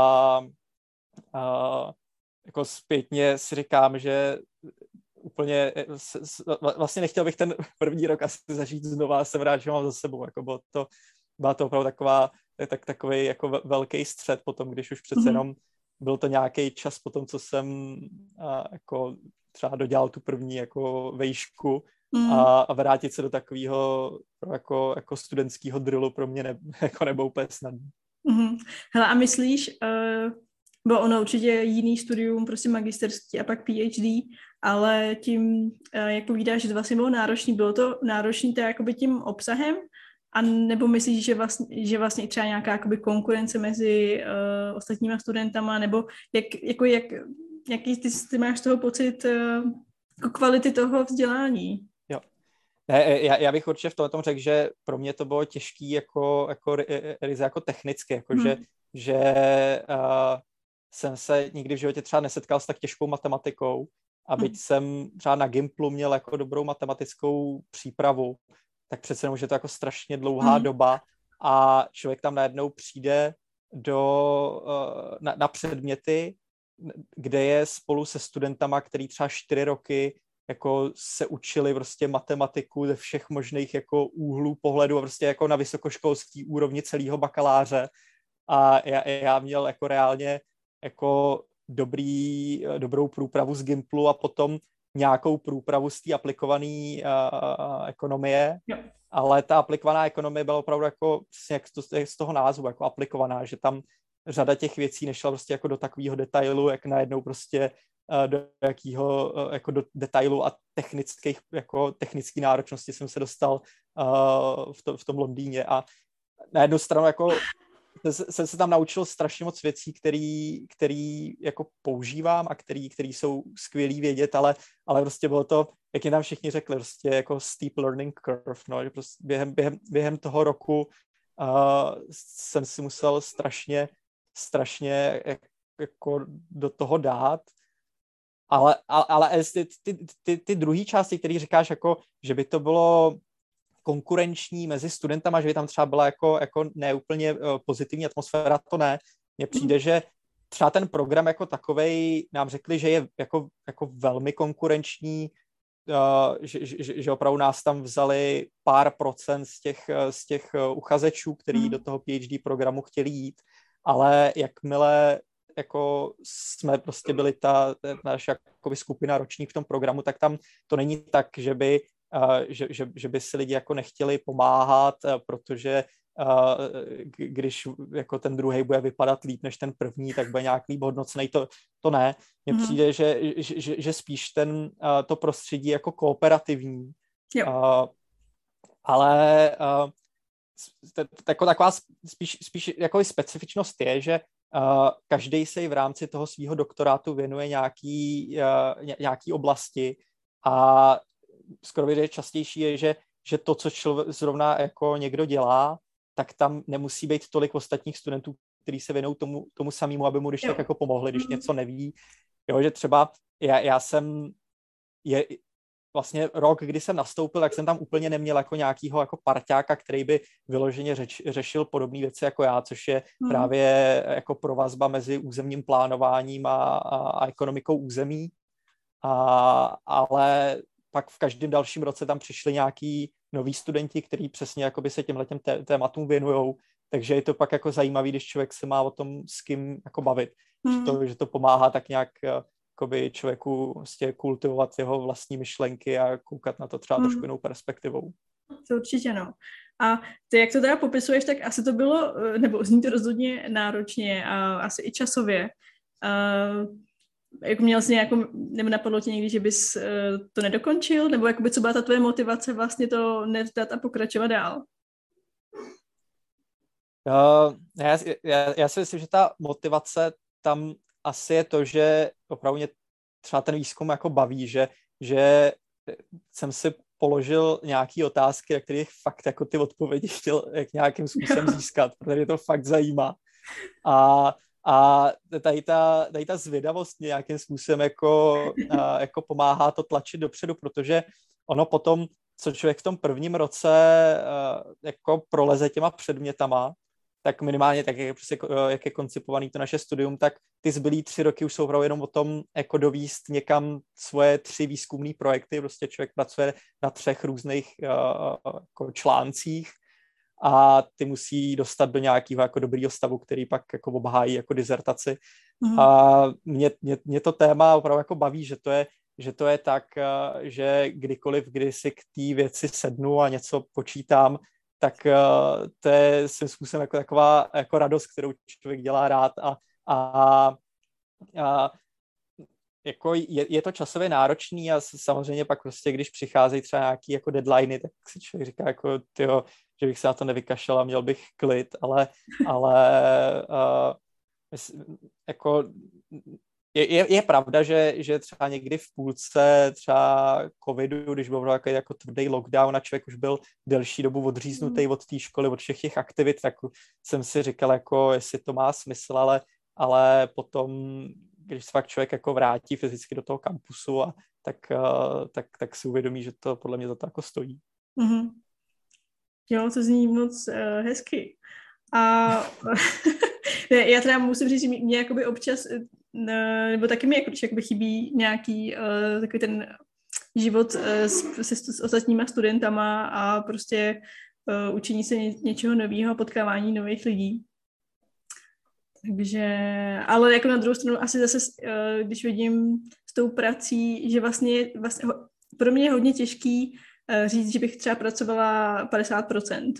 a jako zpětně si říkám, že úplně vlastně nechtěl bych ten první rok asi zažít znova, jsem rád, že mám za sebou, jako bylo to, byla to opravdu taková, tak, takový jako velký střed potom, když už přece jenom byl to nějaký čas potom, co jsem a, jako třeba dodělal tu první jako vejšku mm. a, a vrátit se do takového jako, jako studentského drillu pro mě ne, jako nebylo úplně snadné. Mm-hmm. Hele, a myslíš, uh, bylo ono určitě jiný studium, prostě magisterský a pak PhD, ale tím, uh, jak povídáš, že to vlastně bylo náročný, bylo to náročný to jakoby tím obsahem, a nebo myslíš, že vlastně, že vlastně třeba nějaká jakoby konkurence mezi uh, ostatníma studentama, nebo jak, jako jak, jaký ty, ty máš z toho pocit uh, jako kvality toho vzdělání? Ne, já, já bych určitě v tom řekl, že pro mě to bylo těžký jako, jako ryze jako technicky, jako hmm. že, že uh, jsem se nikdy v životě třeba nesetkal s tak těžkou matematikou a byť hmm. jsem třeba na Gimplu měl jako dobrou matematickou přípravu, tak přece jenom, že to jako strašně dlouhá hmm. doba a člověk tam najednou přijde do, uh, na, na předměty, kde je spolu se studentama, který třeba čtyři roky jako se učili prostě matematiku ze všech možných jako úhlů pohledu a prostě jako na vysokoškolský úrovni celého bakaláře a já, já měl jako reálně jako dobrý, dobrou průpravu z Gimplu a potom nějakou průpravu z té aplikované uh, ekonomie, jo. Ale ta aplikovaná ekonomie byla opravdu jako jak to, z toho názvu, jako aplikovaná, že tam řada těch věcí nešla prostě jako do takového detailu, jak najednou prostě do jakého jako do detailu a technických, jako technické náročnosti jsem se dostal uh, v, to, v tom Londýně a na jednu stranu jako jsem se tam naučil strašně moc věcí, který, který jako používám a který, který jsou skvělý vědět, ale, ale prostě bylo to, jak je tam všichni řekli, prostě jako steep learning curve, no, že prostě během, během, během toho roku uh, jsem si musel strašně, strašně jako do toho dát. Ale, ale, ale ty, ty, ty, ty druhé části, které říkáš, jako, že by to bylo konkurenční mezi studentama, že by tam třeba byla jako, jako neúplně pozitivní atmosféra, to ne. Mně přijde, že třeba ten program jako takovej nám řekli, že je jako, jako velmi konkurenční, uh, že, že, že opravdu nás tam vzali pár procent z těch, z těch uchazečů, který mm. do toho PhD programu chtěli jít, ale jakmile jako jsme prostě byli ta, ta naše jakoby skupina ročník v tom programu, tak tam to není tak, že by, uh, že, že, že by si lidi jako nechtěli pomáhat, uh, protože uh, když jako ten druhý bude vypadat líp než ten první, tak bude nějak líp hodnocený, to, to ne. Mně mm. přijde, že, že, že spíš ten, uh, to prostředí jako kooperativní. Uh, ale uh, Tako, taková spíš, spíš jako specifičnost je, že uh, každý se i v rámci toho svého doktorátu věnuje nějaký, uh, nějaký oblasti a skoro vědět častější je, že, že to, co člověk zrovna jako někdo dělá, tak tam nemusí být tolik ostatních studentů, kteří se věnují tomu, tomu samému, aby mu když tak jako pomohli, když něco neví. Jo, že třeba já, já jsem je, vlastně rok, kdy jsem nastoupil, tak jsem tam úplně neměl jako nějakýho jako parťáka, který by vyloženě řeč, řešil podobné věci jako já, což je hmm. právě jako provazba mezi územním plánováním a, a, a ekonomikou území. A, ale pak v každém dalším roce tam přišli nějaký noví studenti, kteří přesně jakoby se těmhletěm té, tématům věnujou. Takže je to pak jako zajímavý, když člověk se má o tom s kým jako bavit. Hmm. Že, to, že to pomáhá tak nějak jakoby člověku vlastně kultivovat jeho vlastní myšlenky a koukat na to třeba trošku jinou perspektivou. To určitě no. A ty, jak to teda popisuješ, tak asi to bylo, nebo zní to rozhodně náročně a asi i časově. Uh, jak měl jsi nějakou, nebo napadlo tě někdy, že bys uh, to nedokončil, nebo jakoby co byla ta tvoje motivace vlastně to nevzdat a pokračovat dál? Uh, já, já, já si myslím, že ta motivace tam asi je to, že opravdu mě třeba ten výzkum jako baví, že, že jsem si položil nějaké otázky, na kterých fakt jako ty odpovědi chtěl jak nějakým způsobem získat, protože mě to fakt zajímá. A, a tady, ta, tady ta zvědavost nějakým způsobem jako, a, jako pomáhá to tlačit dopředu, protože ono potom, co člověk v tom prvním roce a, jako proleze těma předmětama, tak minimálně tak, jak je, prostě, jak je koncipovaný to naše studium, tak ty zbylý tři roky už jsou opravdu jenom o tom, jako dovíst někam svoje tři výzkumné projekty, prostě člověk pracuje na třech různých uh, jako článcích a ty musí dostat do nějakého jako dobrýho stavu, který pak jako obhájí jako dizertaci. Mm. A mě, mě, mě to téma opravdu jako baví, že to je, že to je tak, uh, že kdykoliv, kdy si k té věci sednu a něco počítám, tak uh, to je svým způsobem jako taková jako radost, kterou člověk dělá rád a, a, a jako je, je to časově náročný a samozřejmě pak prostě, když přicházejí třeba nějaký jako deadliny, tak si člověk říká jako tyjo, že bych se na to nevykašel a měl bych klid, ale, ale uh, jako Je, je, je pravda, že, že třeba někdy v půlce třeba covidu, když byl jako, jako tvrdý lockdown a člověk už byl delší dobu odříznutý od té školy, od všech těch aktivit, tak jsem si říkal, jako, jestli to má smysl, ale, ale potom, když se fakt člověk jako vrátí fyzicky do toho kampusu, a, tak, uh, tak, tak si uvědomí, že to podle mě za to jako stojí. Mm-hmm. Jo, to zní moc uh, hezky. A ne, já teda musím říct, že mě jakoby občas nebo taky mi jako, jakoby chybí nějaký uh, takový ten život uh, s, se, s ostatníma studentama a prostě uh, učení se ně, něčeho nového, potkávání nových lidí. Takže, ale jako na druhou stranu asi zase, uh, když vidím s tou prací, že vlastně, vlastně pro mě je hodně těžký uh, říct, že bych třeba pracovala padesát procent.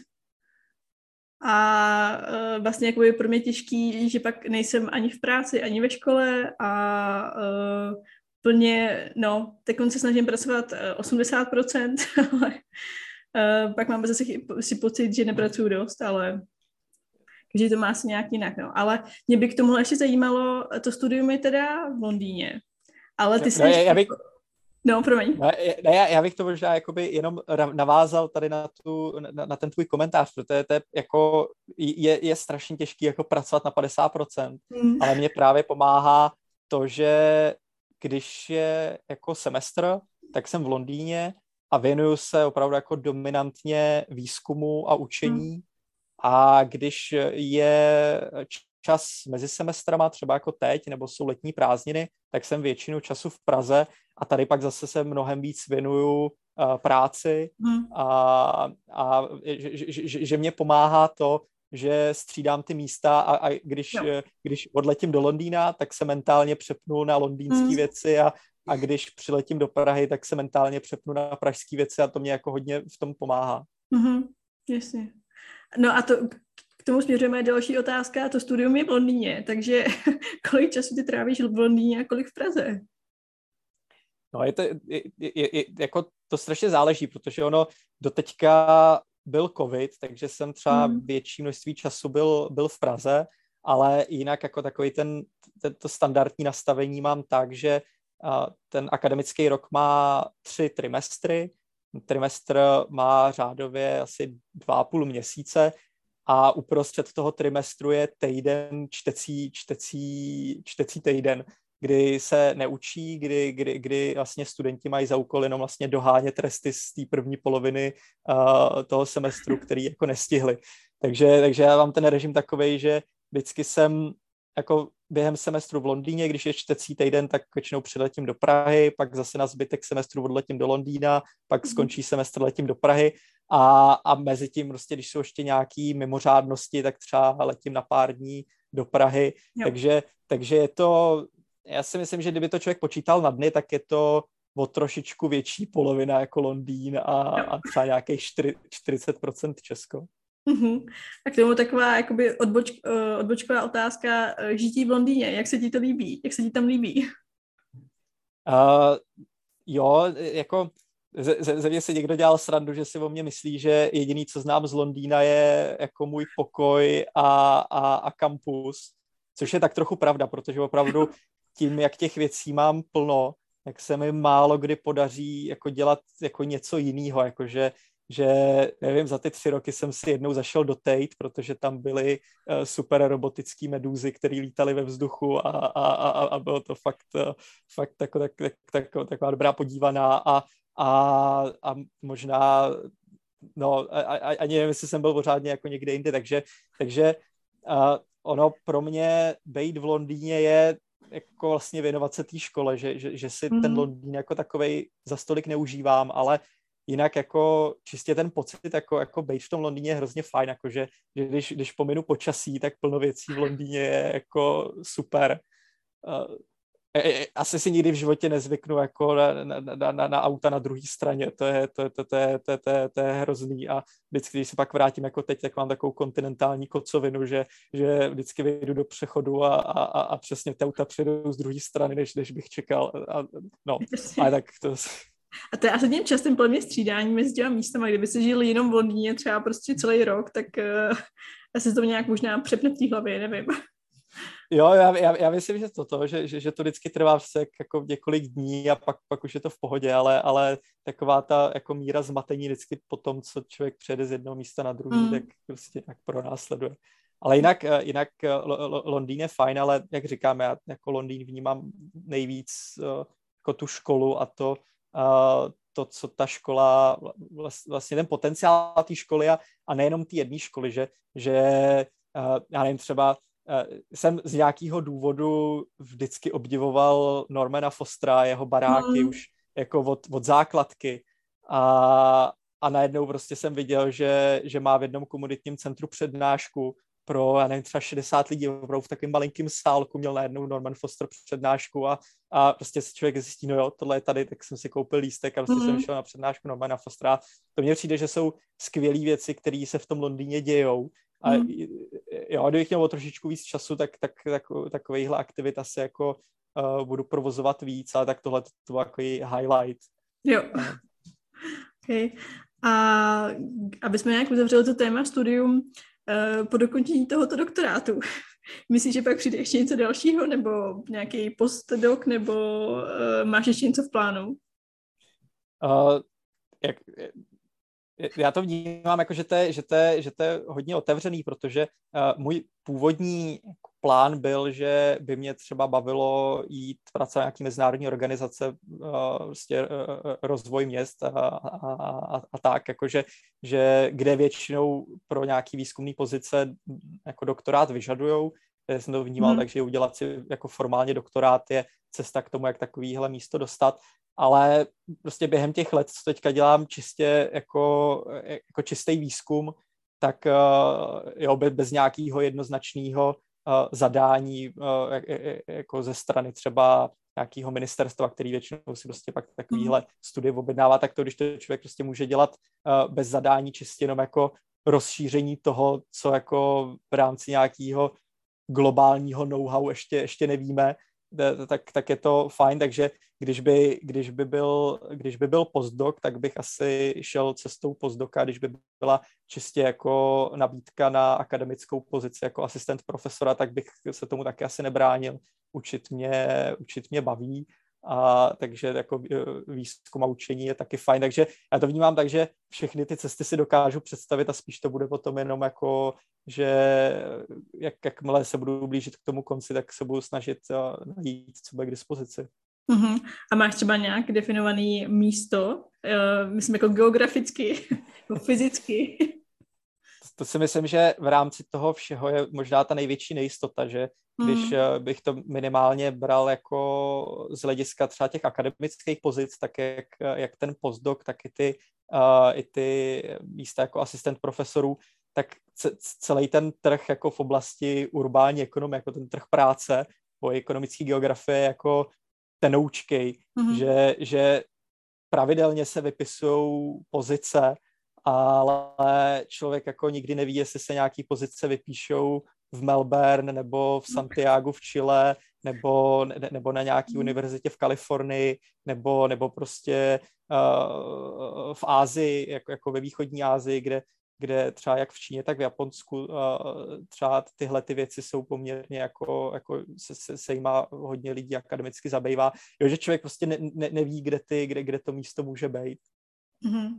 A uh, vlastně jako je pro mě těžký, že pak nejsem ani v práci, ani ve škole a uh, plně, no, teď se snažím pracovat uh, osmdesát procent, ale uh, pak mám zase si pocit, že nepracuju dost, ale takže to má asi nějak jinak, no. Ale mě by k tomu ještě zajímalo, to studium je teda v Londýně, ale ty jsi... No, já bych... No, promiň. No, ne, já, já bych to možná jakoby jenom navázal tady na, tu, na, na ten tvůj komentář, protože to je, jako, je, je strašně těžký jako pracovat na padesát procent, mm. ale mě právě pomáhá to, že když je jako semestr, tak jsem v Londýně a věnuju se opravdu jako dominantně výzkumu a učení mm. a když je čas mezi semestrama, třeba jako teď, nebo jsou letní prázdniny, tak jsem většinu času v Praze a tady pak zase se mnohem víc věnuju uh, práci hmm. a, a že, že, že mě pomáhá to, že střídám ty místa a, a když, no. když odletím do Londýna, tak se mentálně přepnu na londýnské mm. věci a, a když přiletím do Prahy, tak se mentálně přepnu na pražské věci a to mě jako hodně v tom pomáhá. Mm-hmm. Jasně. No a to, k tomu směřuje moje další otázka, to studium je v Londýně, takže kolik času ty trávíš v Londýně a kolik v Praze? No je to, je, je, je, jako to strašně záleží, protože ono doteďka byl covid, takže jsem třeba mm. větší množství času byl, byl v Praze, ale jinak jako takový ten, ten to standardní nastavení mám tak, že uh, ten akademický rok má tři trimestry, trimestr má řádově asi dva a půl měsíce a uprostřed toho trimestru je týden, čtecí, čtecí, čtecí týden, kdy se neučí, kdy, kdy, kdy vlastně studenti mají za úkol jenom vlastně dohánět testy z té první poloviny uh, toho semestru, který jako nestihli. Takže, takže já mám ten režim takovej, že vždycky jsem jako během semestru v Londýně, když je čtecí týden, tak většinou přiletím do Prahy, pak zase na zbytek semestru odletím do Londýna, pak skončí semestr, letím do Prahy a, a mezi tím prostě, když jsou ještě nějaký mimořádnosti, tak třeba letím na pár dní do Prahy, takže, takže je to, já si myslím, že kdyby to člověk počítal na dny, tak je to o trošičku větší polovina jako Londýn a, a třeba nějakých čtyřicet procent Česko. Uh-huh. A k tomu taková jakoby odboč, uh, odbočková otázka, uh, žití v Londýně, jak se ti to líbí? Jak se ti tam líbí? Uh, jo, jako ze, ze, ze mě si někdo dělal srandu, že si o mě myslí, že jediný, co znám z Londýna, je jako můj pokoj a, a, a kampus, což je tak trochu pravda, protože opravdu tím, jak těch věcí mám plno, tak se mi málo kdy podaří jako dělat jako něco jiného, jakože že nevím, za ty tři roky jsem si jednou zašel do Tate, protože tam byly uh, super robotický medúzy, které lítaly ve vzduchu a, a, a, a bylo to fakt, uh, fakt tako, tak, tak, tak, taková dobrá podívaná a, a, a možná, no, a, a, ani nevím, jestli jsem byl pořádně jako někde jinde, takže, takže uh, ono pro mě být v Londýně je jako vlastně věnovat se té škole, že, že, že si mm. ten Londýn jako takovej za stolik neužívám, ale jinak jako čistě ten pocit, jako, jako být v tom Londýně je hrozně fajn, jako že, že když, když pominu počasí, tak plno věcí v Londýně je jako super. Uh, asi si nikdy v životě nezvyknu jako na, na, na, na, na auta na druhé straně, to je, to, to, to, je, to, to, je, to je hrozný a vždycky, když se pak vrátím jako teď, tak mám takovou kontinentální kocovinu, že, že vždycky vyjdu do přechodu a, a, a přesně ty auta přijdou z druhé strany, než, než bych čekal. A, no, ale tak to... A to je asi tím častým podle mě střídání mezi těma místama, kdyby se žil jenom v Londýně třeba prostě celý rok, tak uh, asi to nějak možná přepne v té hlavě, nevím. Jo, já, já, já myslím, že toto, že, že, že to vždycky trvá se jako několik dní a pak, pak už je to v pohodě, ale, ale taková ta jako míra zmatení vždycky po tom, co člověk přejde z jednoho místa na druhý, mm. tak prostě jak pronásleduje. Ale jinak, jinak Londýn je fajn, ale jak říkám, já jako Londýn vnímám nejvíc jako tu školu a to, Uh, to, co ta škola, vlastně ten potenciál té školy a, a nejenom té jedné školy, že, že uh, já nevím, třeba uh, jsem z nějakého důvodu vždycky obdivoval Normana Fostera, jeho baráky mm. už jako od, od základky a, a najednou prostě jsem viděl, že, že má v jednom komunitním centru přednášku pro, já nevím, třeba šedesát lidí, opravdu v takovém malinkém sálku měl najednou Norman Foster přednášku a, a prostě si člověk zjistí, no jo, tohle je tady, tak jsem si koupil lístek a prostě mm. jsem šel na přednášku Normana Fostera. To mně přijde, že jsou skvělé věci, které se v tom Londýně dějou. A mm. jo, kdybych měl o trošičku víc času, tak, tak, tak takovýchhle aktivit asi jako uh, budu provozovat víc, ale tak tohle to byl takový highlight. Jo. Okay. A aby jsme nějak uzavřeli to téma studium, po dokončení tohoto doktorátu. Myslíš, že pak přijde ještě něco dalšího, nebo nějaký postdoc, nebo uh, máš ještě něco v plánu? Uh, jak, já to vnímám jako, že to je, že to je, že to je hodně otevřený, protože uh, můj původní plán byl, že by mě třeba bavilo jít pracovat nějaký mezinárodní organizace, uh, prostě, uh, rozvoj měst a, a, a, a tak, jakože, že kde většinou pro nějaký výzkumný pozice jako doktorát vyžadujou. Já jsem to vnímal, hmm. takže udělat si jako formálně doktorát je cesta k tomu, jak takovýhle místo dostat. Ale prostě během těch let, co teďka dělám čistě jako, jako čistý výzkum, tak uh, jo, bez, bez nějakého jednoznačného uh, zadání uh, jako ze strany třeba nějakého ministerstva, který většinou si prostě pak takovýhle studie objednává, tak to, když to člověk prostě může dělat uh, bez zadání, čistě jenom jako rozšíření toho, co jako v rámci nějakého globálního know-how ještě, ještě nevíme, tak, tak je to fajn, takže když by, když by byl, když by byl postdoc, tak bych asi šel cestou postdoca, když by byla čistě jako nabídka na akademickou pozici jako asistent profesora, tak bych se tomu taky asi nebránil. Učit mě, učit mě baví, a takže jako výzkum a učení je taky fajn, takže já to vnímám tak, že všechny ty cesty si dokážu představit a spíš to bude potom jenom jako, že jak, jakmile se budu blížit k tomu konci, tak se budu snažit najít, co bude k dispozici. Uh-huh. A máš třeba nějak definované místo, uh, myslím jako geograficky, fyzicky? To si myslím, že v rámci toho všeho je možná ta největší nejistota, že když mm. bych to minimálně bral jako z hlediska třeba těch akademických pozic, tak jak, jak ten postdoc, tak i ty, uh, i ty místa jako asistent profesorů, tak c- celý ten trh jako v oblasti urbání ekonomie, jako ten trh práce, o ekonomické geografie jako tenoučkej, mm. že, že pravidelně se vypisují pozice, ale člověk jako nikdy neví, jestli se nějaký pozice vypíšou v Melbourne nebo v Santiagu v Chile nebo, ne, nebo na nějaký mm. univerzitě v Kalifornii nebo, nebo prostě uh, v Ázii, jako, jako ve východní Asii, kde, kde třeba jak v Číně, tak v Japonsku uh, třeba tyhle ty věci jsou poměrně jako, jako se, se, se jima hodně lidí akademicky zabývá. Jo, že člověk prostě ne, ne, neví, kde, ty, kde, kde to místo může být. Mm-hmm.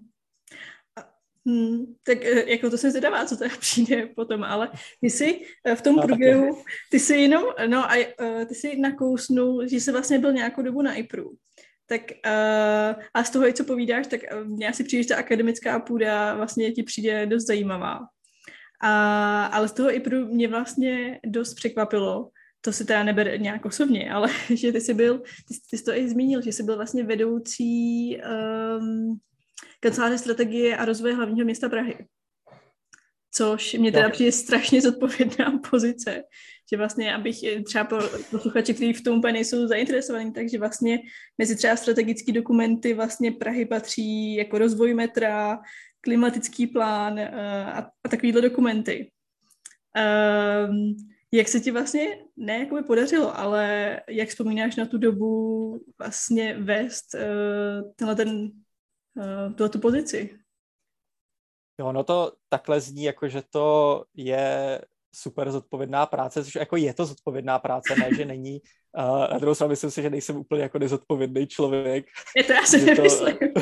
Hmm, tak jako to jsem zvědavá, co teda přijde potom, ale ty jsi v tom no, průběhu, ty jsi jenom, no a ty jsi nakousnul, že jsi vlastně byl nějakou dobu na I P R U. Tak uh, a z toho, co povídáš, tak mně asi přijde, že ta akademická půda vlastně ti přijde dost zajímavá. A, ale z toho I P R U mě vlastně dost překvapilo, to si teda neber nějak osobně, ale že ty jsi byl, ty, ty jsi to i zmínil, že jsi byl vlastně vedoucí um, kanceláře strategie a rozvoje hlavního města Prahy. Což mě teda přijde strašně zodpovědná pozice, že vlastně, abych třeba pro posluchači, kteří v tom úplně nejsou zainteresovaní, takže vlastně mezi třeba strategické dokumenty vlastně Prahy patří jako rozvoj metra, klimatický plán a, a takovýhle dokumenty. Um, jak se ti vlastně, ne jakoby podařilo, ale jak vzpomínáš na tu dobu vlastně vést uh, tenhle ten Uh, tuhle tu pozici. Jo, no to takhle zní, jako že to je super zodpovědná práce, což jako je to zodpovědná práce, ne, že není. Uh, na druhou stranu myslím si, že nejsem úplně jako nezodpovědný člověk. Je to já si nemyslím. To...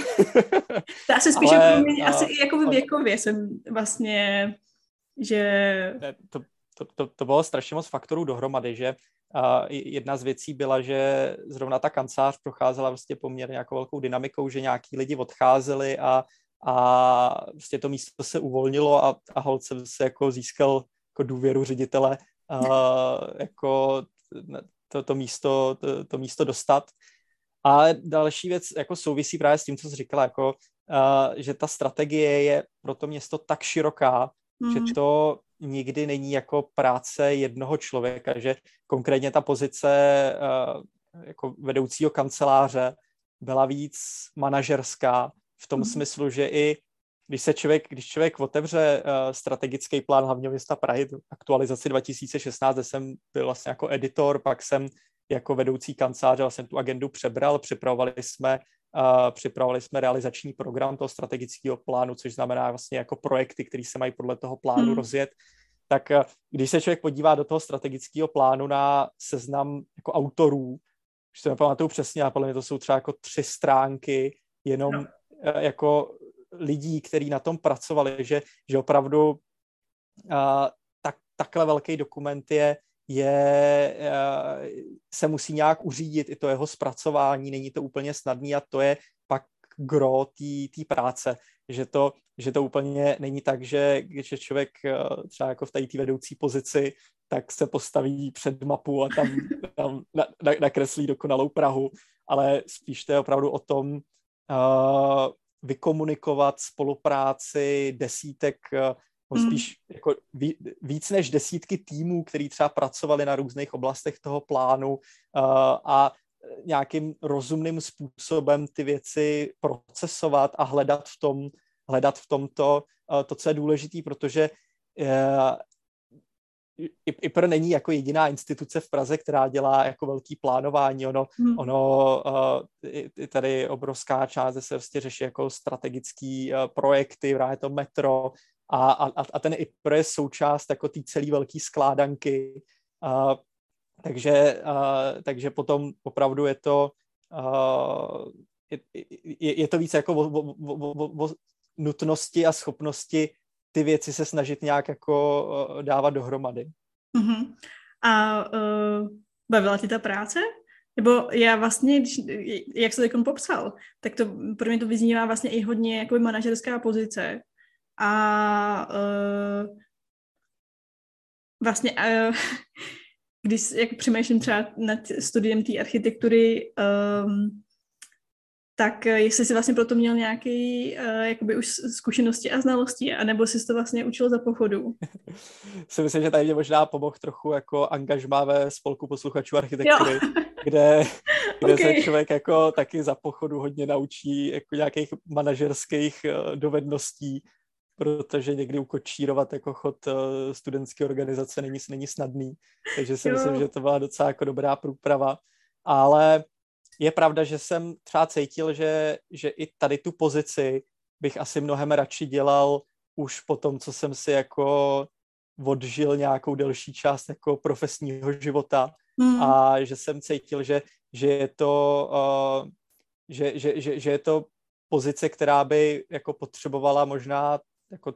já se spíš ale, jako, uh, asi i jako v věkově jsem vlastně, že... Ne, to, to, to, to bylo strašně moc faktorů dohromady, že uh, jedna z věcí byla, že zrovna ta kancelář procházela vlastně poměrně nějakou velkou dynamikou, že nějaký lidi odcházeli a, a vlastně to místo se uvolnilo a, a holt se, se jako získal jako důvěru ředitele uh, jako to, to, místo, to, to místo dostat. A další věc jako souvisí právě s tím, co jsi říkala, jako, uh, že ta strategie je pro to město tak široká, mm. že to nikdy není jako práce jednoho člověka, že konkrétně ta pozice uh, jako vedoucího kanceláře byla víc manažerská v tom mm. smyslu, že i když se člověk, když člověk otevře uh, strategický plán hlavního města Prahy, aktualizaci dva tisíce šestnáct, kde jsem byl vlastně jako editor, pak jsem jako vedoucí kanceláře vlastně tu agendu přebral, připravovali jsme Uh, připravovali jsme realizační program toho strategického plánu, což znamená vlastně jako projekty, které se mají podle toho plánu hmm. rozjet. Tak uh, když se člověk podívá do toho strategického plánu na seznam jako autorů, už se nepamatuju přesně, ale podle mě to jsou třeba jako tři stránky jenom no. uh, jako lidí, kteří na tom pracovali, že, že opravdu uh, tak, takhle velký dokument je je, se musí nějak uřídit i to jeho zpracování, není to úplně snadný a to je pak gro té práce, že to, že to úplně není tak, že, že člověk třeba jako v té vedoucí pozici, tak se postaví před mapu a tam, tam na, na, nakreslí dokonalou Prahu, ale spíš to je opravdu o tom uh, vykomunikovat spolupráci desítek mm. spíš jako víc než desítky týmů, který třeba pracovali na různých oblastech toho plánu uh, a nějakým rozumným způsobem ty věci procesovat a hledat v tom, hledat v tomto uh, to, co je důležitý, protože uh, I, IPR není jako jediná instituce v Praze, která dělá jako velký plánování. Ono, hmm. ono uh, i, tady obrovská část se vlastně řeší jako strategický uh, projekty, právě to metro a, a, a ten IPR je součást jako té celé velké skládanky. Uh, takže, uh, takže potom opravdu je to uh, je, je, je to více jako o, o, o, o, o nutnosti a schopnosti ty věci se snažit nějak jako uh, dávat dohromady. Uh-huh. A uh, bavila ti ta práce? Nebo já vlastně, když, jak se teď popsal, tak to pro mě to vyznívá vlastně i hodně jako manažerská pozice. A uh, vlastně uh, když jak přemýšlím třeba nad studiem té architektury, um, tak jestli jsi vlastně proto měl nějaký uh, jakoby už zkušenosti a znalosti, anebo jsi to vlastně učil za pochodu? Si myslím, že tady mě možná pomohl trochu jako angažmá ve spolku posluchačů architektury, jo. kde, kde okay. se člověk jako taky za pochodu hodně naučí jako nějakých manažerských uh, dovedností, protože někdy ukočírovat jako chod uh, studentské organizace není, není snadný. Takže si jo. myslím, že to byla docela jako dobrá průprava. Ale je pravda, že jsem třeba cítil, že, že i tady tu pozici bych asi mnohem radši dělal už po tom, co jsem si jako odžil nějakou delší část jako profesního života mm. a že jsem cítil, že, že je to uh, že, že, že, že je to pozice, která by jako potřebovala možná jako,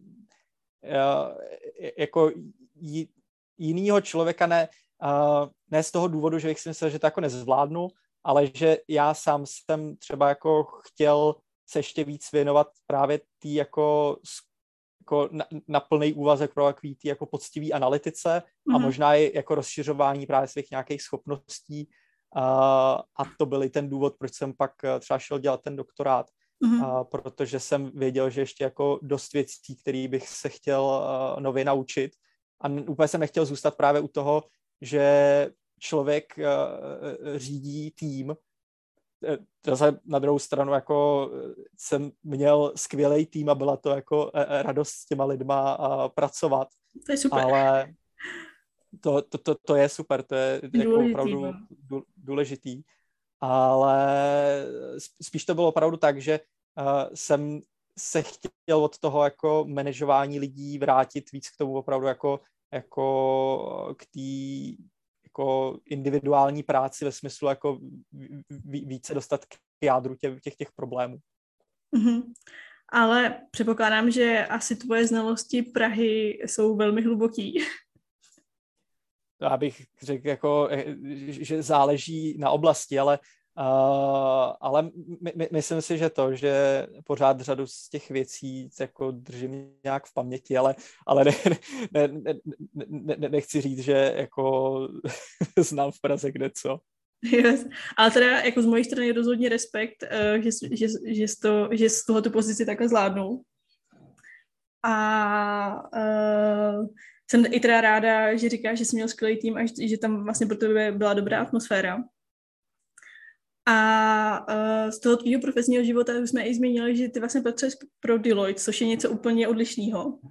uh, jako j, jinýho člověka, ne, uh, ne z toho důvodu, že bych si myslel, že to jako nezvládnu, ale že já sám jsem třeba jako chtěl se ještě víc věnovat právě tý jako, jako na, na plný úvazek pro takový tý jako poctivý analytice mm-hmm. a možná i jako rozšiřování právě svých nějakých schopností uh, a to byl i ten důvod, proč jsem pak třeba šel dělat ten doktorát, mm-hmm. uh, protože jsem věděl, že ještě jako dost věcí, které bych se chtěl uh, nově naučit a úplně jsem nechtěl zůstat právě u toho, že člověk uh, řídí tým. Zase na druhou stranu jako jsem měl skvělý tým a byla to jako radost s těma lidma uh, pracovat. To je super. Ale to, to, to, to je super, to je jako opravdu důležitý. Ale spíš to bylo opravdu tak, že uh, jsem se chtěl od toho jako manažování lidí vrátit víc k tomu opravdu jako, jako k té jako individuální práci ve smyslu jako více dostat k jádru těch těch, těch problémů. Mm-hmm. Ale předpokládám, že asi tvoje znalosti Prahy jsou velmi hluboký. Já bych řekl, jako, že záleží na oblasti, ale, uh, ale my, my, myslím si, že to, že pořád řadu z těch věcí jako držím nějak v paměti, ale, ale ne, ne, ne, ne, ne, nechci říct, že jako znám v Praze kde co. Yes. Ale teda jako z mojí strany rozhodně respekt, uh, že, že, že, z to, že z toho tu pozici takhle zvládnu. A uh, jsem i teda ráda, že říkáš, že jsi měl skvělý tým a že, že tam vlastně pro tebe byla dobrá atmosféra. A uh, z toho tvýho profesního života jsme i zmínili, že ty vlastně pracuješ pro Deloitte, což je něco úplně odlišného. Uh,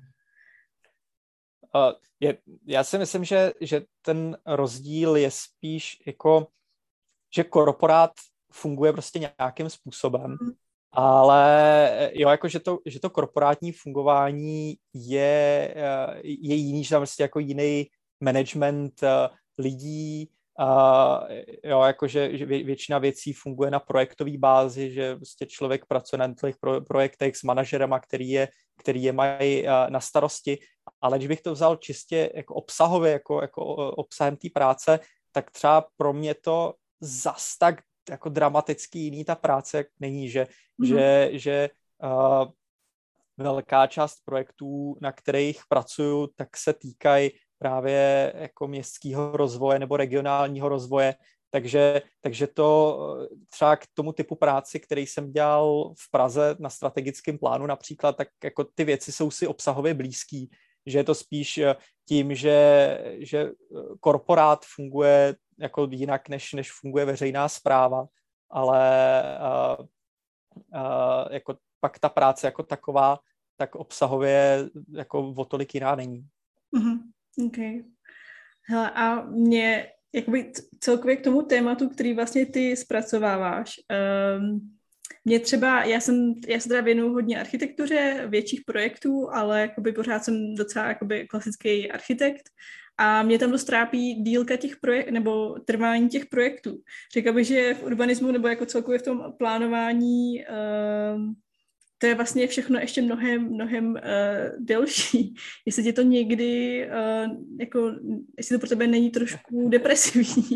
je, já si myslím, že, že ten rozdíl je spíš jako, že korporát funguje prostě nějakým způsobem, mm. ale jo, jako, že to, že to korporátní fungování je, je jiný, že tam prostě jako jiný management lidí, Uh, jo, jakože že vě, většina věcí funguje na projektové bázi, že prostě člověk pracuje na těch pro, projektech s manažerama, který je, který je mají uh, na starosti, ale když bych to vzal čistě jako obsahově, jako, jako obsahem té práce, tak třeba pro mě to zas tak jako dramaticky jiný ta práce není, že, mm-hmm. že, že uh, velká část projektů, na kterých pracuju, tak se týkají právě jako městského rozvoje nebo regionálního rozvoje, Takže, takže to třeba k tomu typu práci, který jsem dělal v Praze na strategickém plánu například, tak jako ty věci jsou si obsahově blízký, že je to spíš tím, že, že korporát funguje jako jinak, než, než funguje veřejná správa, ale uh, uh, jako pak ta práce jako taková, tak obsahově jako o tolik jiná není. Mm-hmm. Okay. Hele, a mě jakoby celkově k tomu tématu, který vlastně ty zpracováváš, um, mě třeba, já jsem, já se teda věnuju hodně architektuře, větších projektů, ale jakoby pořád jsem docela jakoby klasický architekt a mě tam dost trápí dílka těch projektů, nebo trvání těch projektů. Řekla bych, že v urbanismu nebo jako celkově v tom plánování um, to je vlastně všechno ještě mnohem, mnohem uh, delší. Jestli tě to někdy, uh, jako, jestli to pro tebe není trošku depresivní.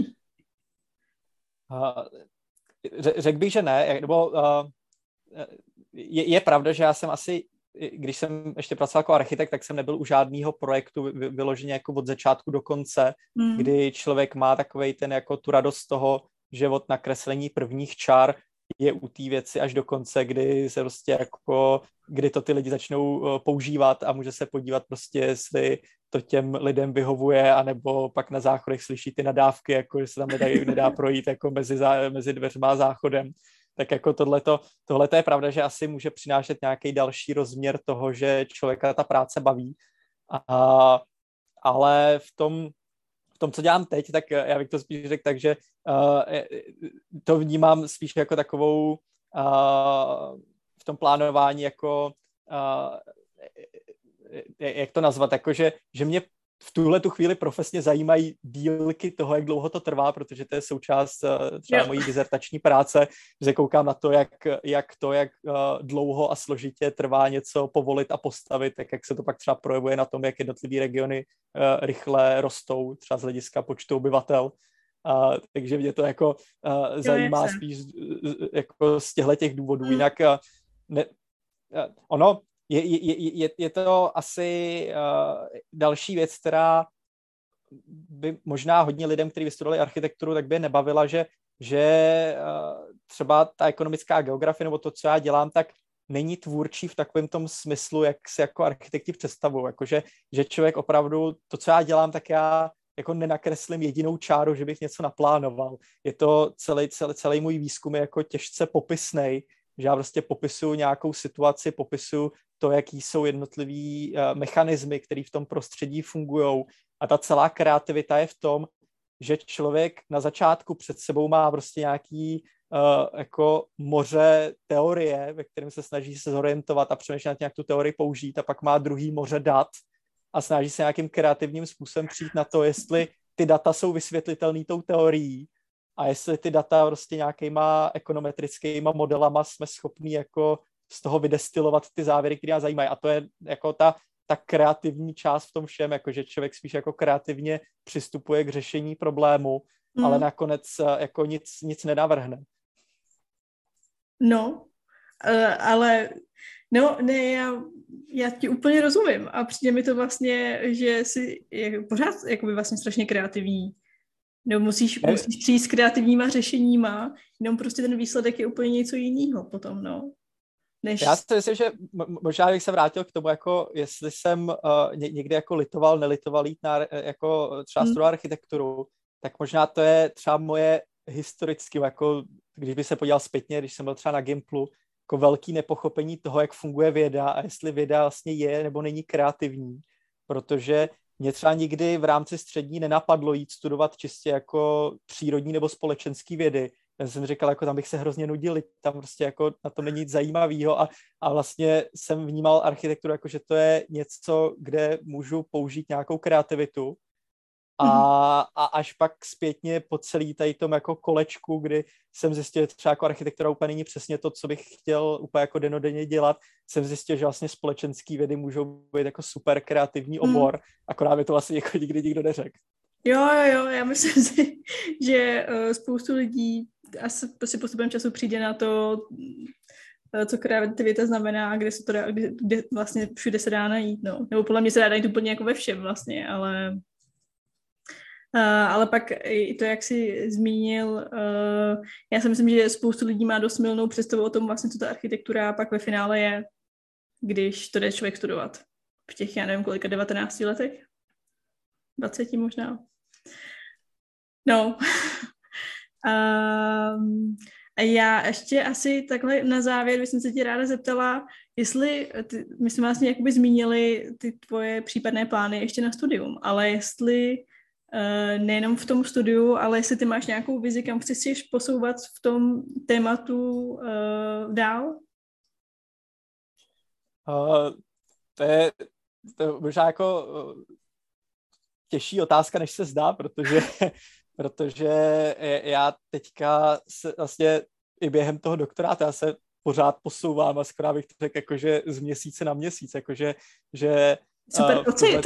Uh, řekl bych, že ne. Nebo, uh, je, je pravda, že já jsem asi, když jsem ještě pracoval jako architekt, tak jsem nebyl u žádného projektu vyloženě jako od začátku do konce, mm. kdy člověk má takovej ten, jako tu radost toho, že od nakreslení prvních čár je u té věci až do konce, kdy se prostě jako, kdy to ty lidi začnou používat a může se podívat prostě, jestli to těm lidem vyhovuje, anebo pak na záchodech slyší ty nadávky, jako že se tam nedá, nedá projít jako mezi, zá, mezi dveřma a záchodem. Tak jako tohleto, tohleto je pravda, že asi může přinášet nějaký další rozměr toho, že člověka ta práce baví. A, ale v tom v tom, co dělám teď, tak já bych to spíš řekl tak, že uh, to vnímám spíš jako takovou uh, v tom plánování jako uh, jak to nazvat, jako že, že mě v tuhle tu chvíli profesně zajímají dílky toho, jak dlouho to trvá, protože to je součást uh, třeba jo. mojí dizertační práce, že koukám na to, jak, jak to, jak uh, dlouho a složitě trvá něco povolit a postavit, tak jak se to pak třeba projevuje na tom, jak jednotlivé regiony uh, rychle rostou, třeba z hlediska počtu obyvatel. Uh, takže mě to jako uh, zajímá jo, spíš uh, jako z těchto těch důvodů. Hmm. Jinak uh, ne, uh, ono Je, je, je, je to asi uh, další věc, která by možná hodně lidem, kteří vystudovali architekturu, tak by je nebavila, že, že uh, třeba ta ekonomická geografie nebo to, co já dělám, tak není tvůrčí v takovém tom smyslu, jak si jako architekti představují. Jakože, že člověk opravdu, to, co já dělám, tak já jako nenakreslím jedinou čáru, že bych něco naplánoval. Je to celý, celý, celý můj výzkum je jako těžce popisnej, že já prostě popisuju nějakou situaci, popisuju to, jaký jsou jednotlivý uh, mechanismy, které v tom prostředí fungují. A ta celá kreativita je v tom, že člověk na začátku před sebou má prostě nějaký uh, jako moře teorie, ve kterém se snaží se zorientovat a přemýšlet, jak tu teorii použít, a pak má druhý moře dat a snaží se nějakým kreativním způsobem přijít na to, jestli ty data jsou vysvětlitelné tou teorií a jestli ty data prostě nějakýma ekonometrickýma modelama jsme schopní jako z toho vydestilovat ty závěry, které nás zajímají. A to je jako ta, ta kreativní část v tom všem, jako že člověk spíš jako kreativně přistupuje k řešení problému, mm. ale nakonec jako nic, nic nenavrhne. No, ale no, ne, já, já ti úplně rozumím a přijde mi to vlastně, že jsi pořád jakoby vlastně strašně kreativní. No, musíš, musíš přijít s kreativníma řešeníma, jenom prostě ten výsledek je úplně něco jiného potom, no. Než... Já si myslím, že možná bych se vrátil k tomu, jako jestli jsem uh, někdy jako litoval, nelitoval jít na jako třeba hmm. studovat architekturu, tak možná to je třeba moje historicky, jako když by se podíval zpětně, když jsem byl třeba na Gimplu, jako velký nepochopení toho, jak funguje věda a jestli věda vlastně je nebo není kreativní, protože mě třeba nikdy v rámci střední nenapadlo jít studovat čistě jako přírodní nebo společenský vědy. Já jsem říkal, jako tam bych se hrozně nudil, tam prostě jako na to není nic zajímavého a, a vlastně jsem vnímal architekturu jako, že to je něco, kde můžu použít nějakou kreativitu a, a až pak zpětně po celý tady tom jako kolečku, kdy jsem zjistil, že třeba jako architektura úplně není přesně to, co bych chtěl úplně jako denodenně dělat, jsem zjistil, že vlastně společenský vědy můžou být jako super kreativní obor, mm. akorát by to vlastně jako nikdy nikdo neřekl. Jo, jo, jo, já myslím si, že uh, spoustu lidí asi, asi postupem času přijde na to, uh, co kreativita znamená a kde se to dá, kde, kde vlastně všude se dá najít, no. Nebo podle mě se dá najít úplně jako ve všem vlastně, ale Uh, ale pak i to, jak jsi zmínil, uh, já si myslím, že spoustu lidí má dost mylnou představu o tom vlastně, co ta architektura pak ve finále je, když to jde člověk studovat. V těch, já nevím, kolika, devatenácti letech? dvaceti možná. No. um, a já ještě asi takhle na závěr bych se tě ráda zeptala, jestli, ty, my jsme vlastně jakoby zmínili ty tvoje případné plány ještě na studium, ale jestli uh, nejenom v tom studiu, ale jestli ty máš nějakou vizi, kam chceš posouvat v tom tématu uh, dál? Uh, to je, to je možná jako uh, těžší otázka, než se zdá, protože, protože já teďka se vlastně i během toho doktorátu já se pořád posouvám a skoro bych to řekl jakože z měsíce na měsíc, jakože že super uh, v tuhle,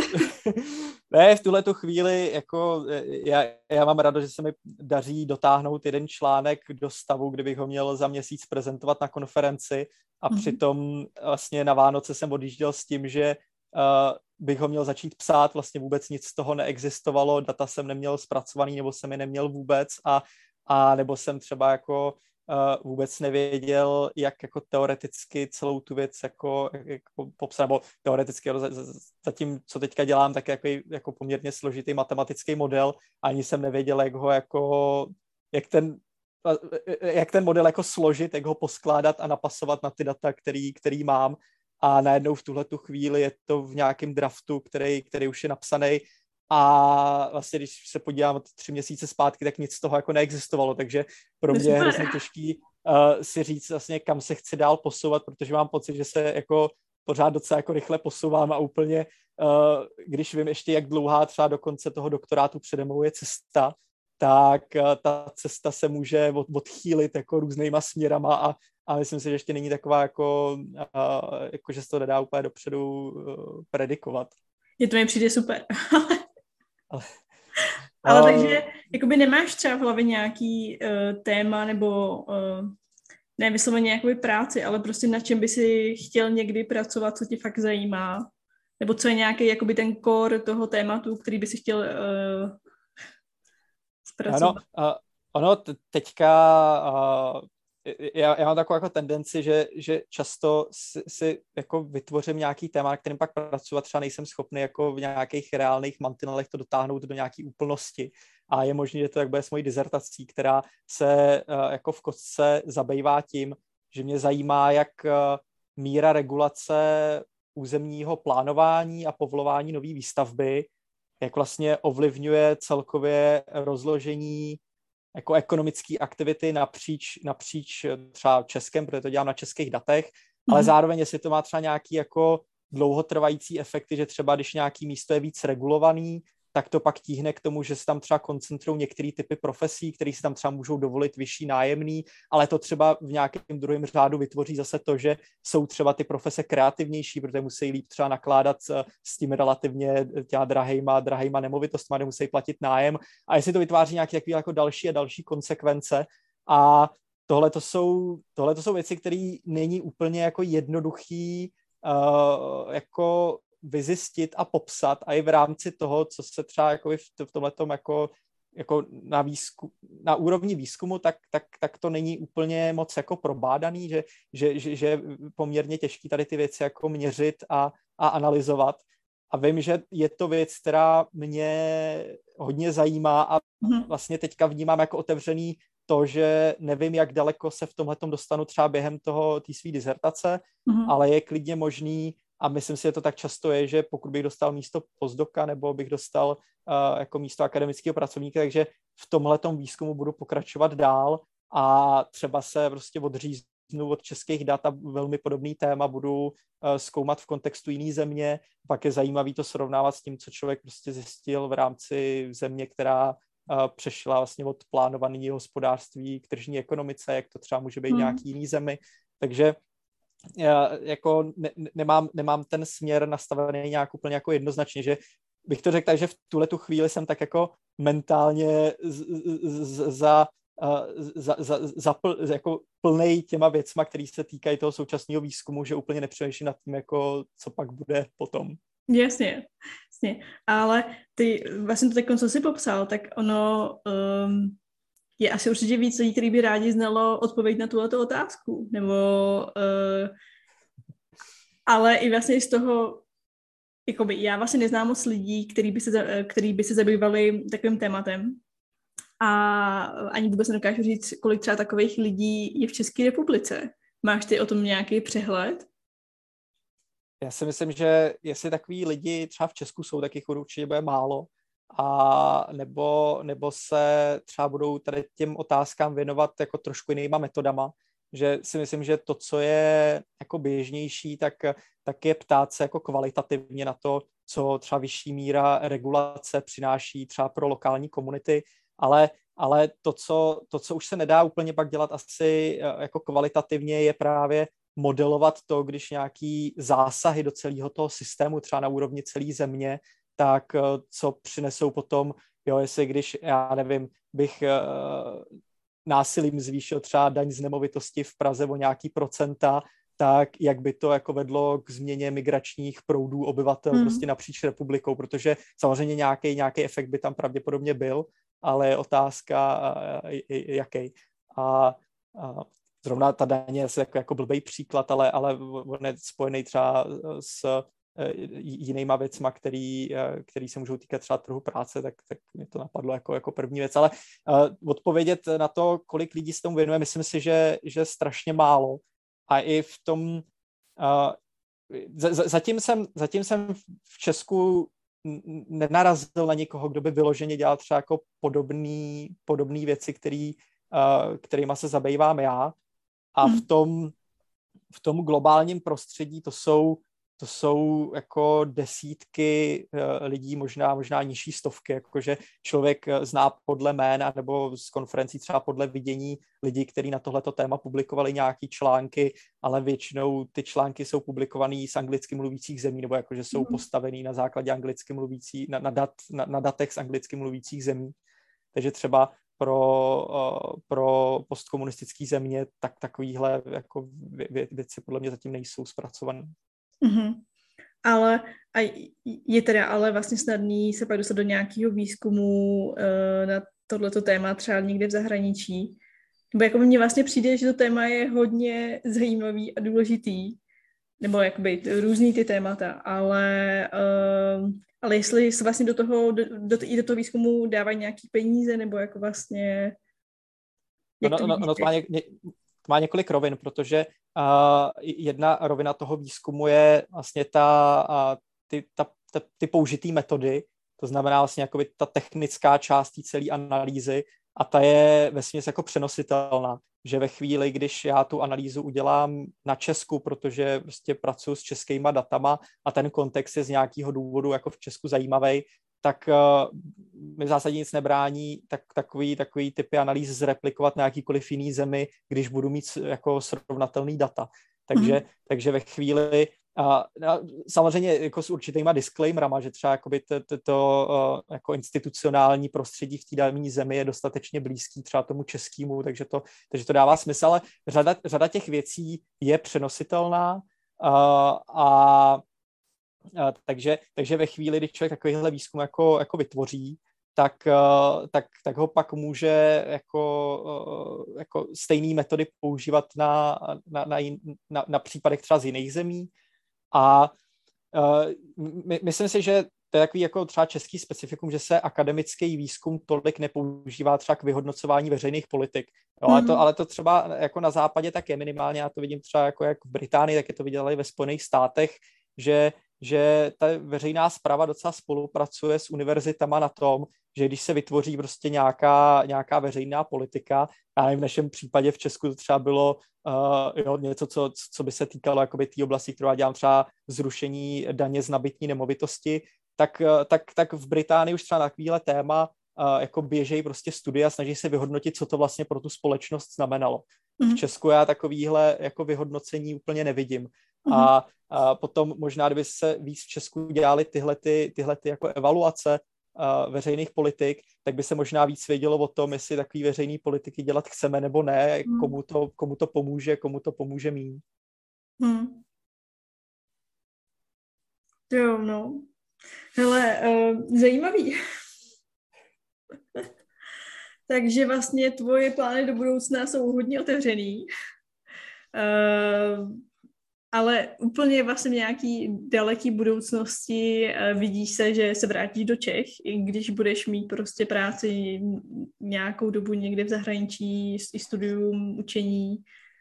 ne, v tuhletu chvíli jako já, já mám radost, že se mi daří dotáhnout jeden článek do stavu, kdybych ho měl za měsíc prezentovat na konferenci a mm-hmm. přitom vlastně na Vánoce jsem odjížděl s tím, že uh, bych ho měl začít psát, vlastně vůbec nic z toho neexistovalo, data jsem neměl zpracovaný, nebo jsem je neměl vůbec a, a nebo jsem třeba jako uh, vůbec nevěděl, jak jako teoreticky celou tu věc jako, jako popsat, nebo teoreticky, zatím, co teďka dělám, tak jako, jako poměrně složitý matematický model, ani jsem nevěděl, jak ho jako, jak ten jak ten model jako složit, jak ho poskládat a napasovat na ty data, který, který mám. A najednou v tuhletu chvíli je to v nějakém draftu, který, který už je napsaný a vlastně, když se podívám tři měsíce zpátky, tak nic z toho jako neexistovalo, takže pro mě je hrozně těžký uh, si říct vlastně, kam se chci dál posouvat, protože mám pocit, že se jako pořád docela jako rychle posouvám a úplně, uh, když vím ještě, jak dlouhá třeba do konce toho doktorátu přede mnou je cesta, tak uh, ta cesta se může od, odchýlit jako různýma směrama a A myslím si, že ještě není taková, jako, uh, jako že se to nedá úplně dopředu uh, predikovat. Je to mi přijde super. ale ale uh, takže jakoby nemáš třeba v hlavě nějaký uh, téma nebo uh, ne vysloveně jakoby práci, ale prostě na čem by si chtěl někdy pracovat, co tě fakt zajímá? Nebo co je nějaký jakoby ten core toho tématu, který by si chtěl uh, zpracovat? Ano, uh, ono t- teďka... Uh, Já, já mám takovou jako tendenci, že, že často si, si jako vytvořím nějaký téma, na kterým pak pracovat třeba nejsem schopný jako v nějakých reálných mantinelech to dotáhnout do nějaké úplnosti. A je možné, že to tak bude s mojí dizertací, která se uh, jako v kostce zabývá tím, že mě zajímá, jak uh, míra regulace územního plánování a povolování nové výstavby, jak vlastně ovlivňuje celkově rozložení jako ekonomické aktivity napříč, napříč třeba Českem, protože to dělám na českých datech, mm-hmm. ale zároveň, jestli to má třeba nějaký jako dlouhotrvající efekty, že třeba když nějaký místo je víc regulovaný, tak to pak tíhne k tomu, že se tam třeba koncentrují některé typy profesí, které si tam třeba můžou dovolit vyšší nájemný, ale to třeba v nějakém druhém řádu vytvoří zase to, že jsou třeba ty profese kreativnější, protože musí líp třeba nakládat s tím relativně těma drahejma, drahejma nemovitostma, kde musí platit nájem a jestli to vytváří nějaké takové jako další a další konsekvence a tohle to jsou, tohle to jsou věci, které není úplně jako jednoduchý uh, jako vyzjistit a popsat a i v rámci toho, co se třeba jako v, v tomhletom jako, jako na, výzku, na úrovni výzkumu, tak, tak, tak to není úplně moc jako probádaný, že, že, že, že je poměrně těžký tady ty věci jako měřit a, a analyzovat. A vím, že je to věc, která mě hodně zajímá a vlastně teďka vnímám jako otevřený to, že nevím, jak daleko se v tomhletom dostanu třeba během toho té své dizertace, mm-hmm. ale je klidně možný. A myslím si, že to tak často je, že pokud bych dostal místo postdoka nebo bych dostal uh, jako místo akademického pracovníka, takže v tomhletom výzkumu budu pokračovat dál a třeba se prostě odříznu od českých dat a velmi podobný téma budu uh, zkoumat v kontextu jiné země. Pak je zajímavý to srovnávat s tím, co člověk prostě zjistil v rámci země, která uh, přešla vlastně od plánovaného hospodářství k tržní ekonomice, jak to třeba může být hmm. nějaký jiný zemi. Takže já jako ne, nemám, nemám ten směr nastavený nějak úplně jako jednoznačně, že bych to řekl tak, že v tuhle tu chvíli jsem tak jako mentálně z, z, za, za, za, za pl, jako plnej těma věcma, které se týkají toho současného výzkumu, že úplně nepřemýšlím nad tím, jako, co pak bude potom. Jasně, jasně. Ale ty, vlastně to takhle, co jsi popsal, tak ono um, je asi určitě víc lidí, kteří by rádi znalo odpověď na tuhleto otázku. Nebo, uh, ale i vlastně z toho, jakoby, já vlastně neznám moc lidí, který by se, za- který by se zabývali takovým tématem. A ani vůbec nedokážu říct, kolik třeba takových lidí je v České republice. Máš ty o tom nějaký přehled? Já si myslím, že jestli takový lidi třeba v Česku jsou, tak jich určitě bude málo. A nebo, nebo se třeba budou tady těm otázkám věnovat jako trošku jinýma metodama, že si myslím, že to, co je jako běžnější, tak, tak je ptát se jako kvalitativně na to, co třeba vyšší míra regulace přináší třeba pro lokální komunity, ale, ale to, co, to, co už se nedá úplně pak dělat asi jako kvalitativně, je právě modelovat to, když nějaký zásahy do celého toho systému, třeba na úrovni celé země, tak co přinesou potom, jo, jestli když, já nevím, bych uh, násilím zvýšil třeba daň z nemovitosti v Praze o nějaký procenta, tak jak by to jako vedlo k změně migračních proudů obyvatel hmm. prostě napříč republikou, protože samozřejmě nějaký, nějaký efekt by tam pravděpodobně byl, ale je otázka, uh, jaký. A, a zrovna ta daň je jako, jako blbej příklad, ale, ale on je spojený třeba s jinýma věcma, který, který se můžou týkat třeba trhu práce, tak, tak mě to napadlo jako, jako první věc. Ale uh, odpovědět na to, kolik lidí se tomu věnuje, myslím si, že, že strašně málo. A i v tom, uh, z, zatím, jsem, zatím jsem v Česku nenarazil na nikoho, kdo by vyloženě dělal třeba jako podobný, podobný věci, který, uh, kterýma se zabývám já. A v tom, v tom globálním prostředí to jsou to jsou jako desítky lidí, možná, možná nižší stovky, jakože člověk zná podle jména nebo z konferencí třeba podle vidění lidí, kteří na tohleto téma publikovali nějaký články, ale většinou ty články jsou publikovaný z anglicky mluvících zemí, nebo jakože jsou postavený na základě anglicky mluvící, na, na, dat, na, na datech z anglicky mluvících zemí. Takže třeba pro, pro postkomunistické země tak takovýhle jako vě, věci podle mě zatím nejsou zpracované. Mm-hmm. Ale a je teda ale vlastně snadný se pak dostat do nějakého výzkumu uh, na tohleto téma třeba někde v zahraničí. Nebo jako mně vlastně přijde, že to téma je hodně zajímavý a důležitý. Nebo jakoby různý ty témata, ale, uh, ale jestli se vlastně do toho, do, do, i do toho výzkumu dávají nějaký peníze, nebo jako vlastně... Jak no, to, no, no, to má ně, to má několik rovin, protože uh, jedna rovina toho výzkumu je vlastně ta, uh, ty, ta, ta, ty použitý metody, to znamená vlastně jakoby ta technická část té celé analýzy a ta je vesměs jako přenositelná, že ve chvíli, když já tu analýzu udělám na Česku, protože prostě pracuji s českýma datama a ten kontext je z nějakého důvodu jako v Česku zajímavý, tak uh, mi v zásadě nic nebrání tak, takový, takový typy analýz zreplikovat na jakýkoliv jiný zemi, když budu mít jako srovnatelný data. Takže, mm-hmm. takže ve chvíli, a, a samozřejmě jako s určitýma disclaimerama, že třeba jakoby to, to, to uh, jako institucionální prostředí v té dané zemi je dostatečně blízký třeba tomu českému, takže to, takže to dává smysl, ale řada, řada těch věcí je přenositelná uh, a Uh, takže, takže ve chvíli, kdy člověk takovýhle výzkum jako, jako vytvoří, tak, uh, tak, tak ho pak může jako, uh, jako stejné metody používat na, na, na, na, na případech třeba z jiných zemí. A uh, my, myslím si, že to je takový jako třeba český specifikum, že se akademický výzkum tolik nepoužívá třeba k vyhodnocování veřejných politik. Jo, ale, to, ale to třeba jako na západě tak je minimálně, já to vidím třeba jako jak v Británii, tak je to viděli ve Spojených státech, že že ta veřejná správa docela spolupracuje s univerzitama na tom, že když se vytvoří prostě nějaká, nějaká veřejná politika, já nevím, v našem případě v Česku to třeba bylo uh, jo, něco, co, co by se týkalo jakoby té oblasti, kterou já dělám třeba zrušení daně z nabytí nemovitosti, tak, tak, tak v Británii už třeba na takovýhle téma uh, jako běžejí prostě studie a snaží se vyhodnotit, co to vlastně pro tu společnost znamenalo. Mm. V Česku já takovýhle jako vyhodnocení úplně nevidím. Mm. A, a potom možná, kdyby se víc v Česku dělali tyhle, ty, tyhle ty jako evaluace uh, veřejných politik, tak by se možná víc vědělo o tom, jestli takový veřejný politiky dělat chceme nebo ne, mm. komu, to, komu to pomůže, komu to pomůže míň. Mm. Jo, no. Hele, uh, zajímavý. Takže vlastně tvoje plány do budoucna jsou hodně otevřený. Uh, ale úplně vlastně v nějaký daleký budoucnosti uh, vidíš se, že se vrátíš do Čech, i když budeš mít prostě práci nějakou dobu někde v zahraničí, i studium, učení.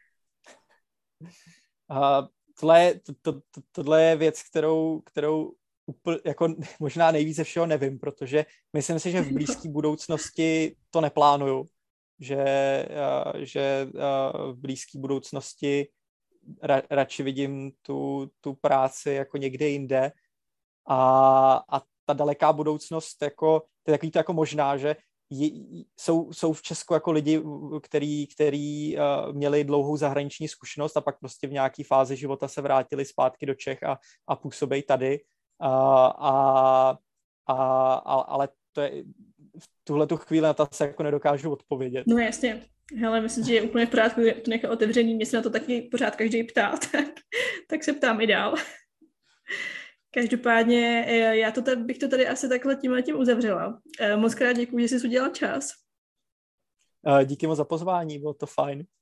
Uh, tohle, to, to, to, tohle je věc, kterou, kterou úplně, jako možná nejvíc ze všeho nevím, protože myslím si, že v blízké budoucnosti to neplánuju, že, uh, že uh, v blízké budoucnosti ra, radši vidím tu, tu práci jako někde jinde a, a ta daleká budoucnost jako, to je takový to jako možná, že je, jsou, jsou v Česku jako lidi, který, který uh, měli dlouhou zahraniční zkušenost a pak prostě v nějaké fázi života se vrátili zpátky do Čech a, a působí tady. Uh, a, a, a, ale to je, v tuhletu chvíli na to se jako nedokážu odpovědět. No jasně. Hele, myslím, že je úplně v pořádku, že to nechá otevřený. Mě se na to taky pořád každý ptá, tak, tak se ptám i dál. Každopádně já to tady, bych to tady asi takhle tímhletím uzavřela. Moc krát děkuji, že jsi udělal čas. Díky moc za pozvání, bylo to fajn.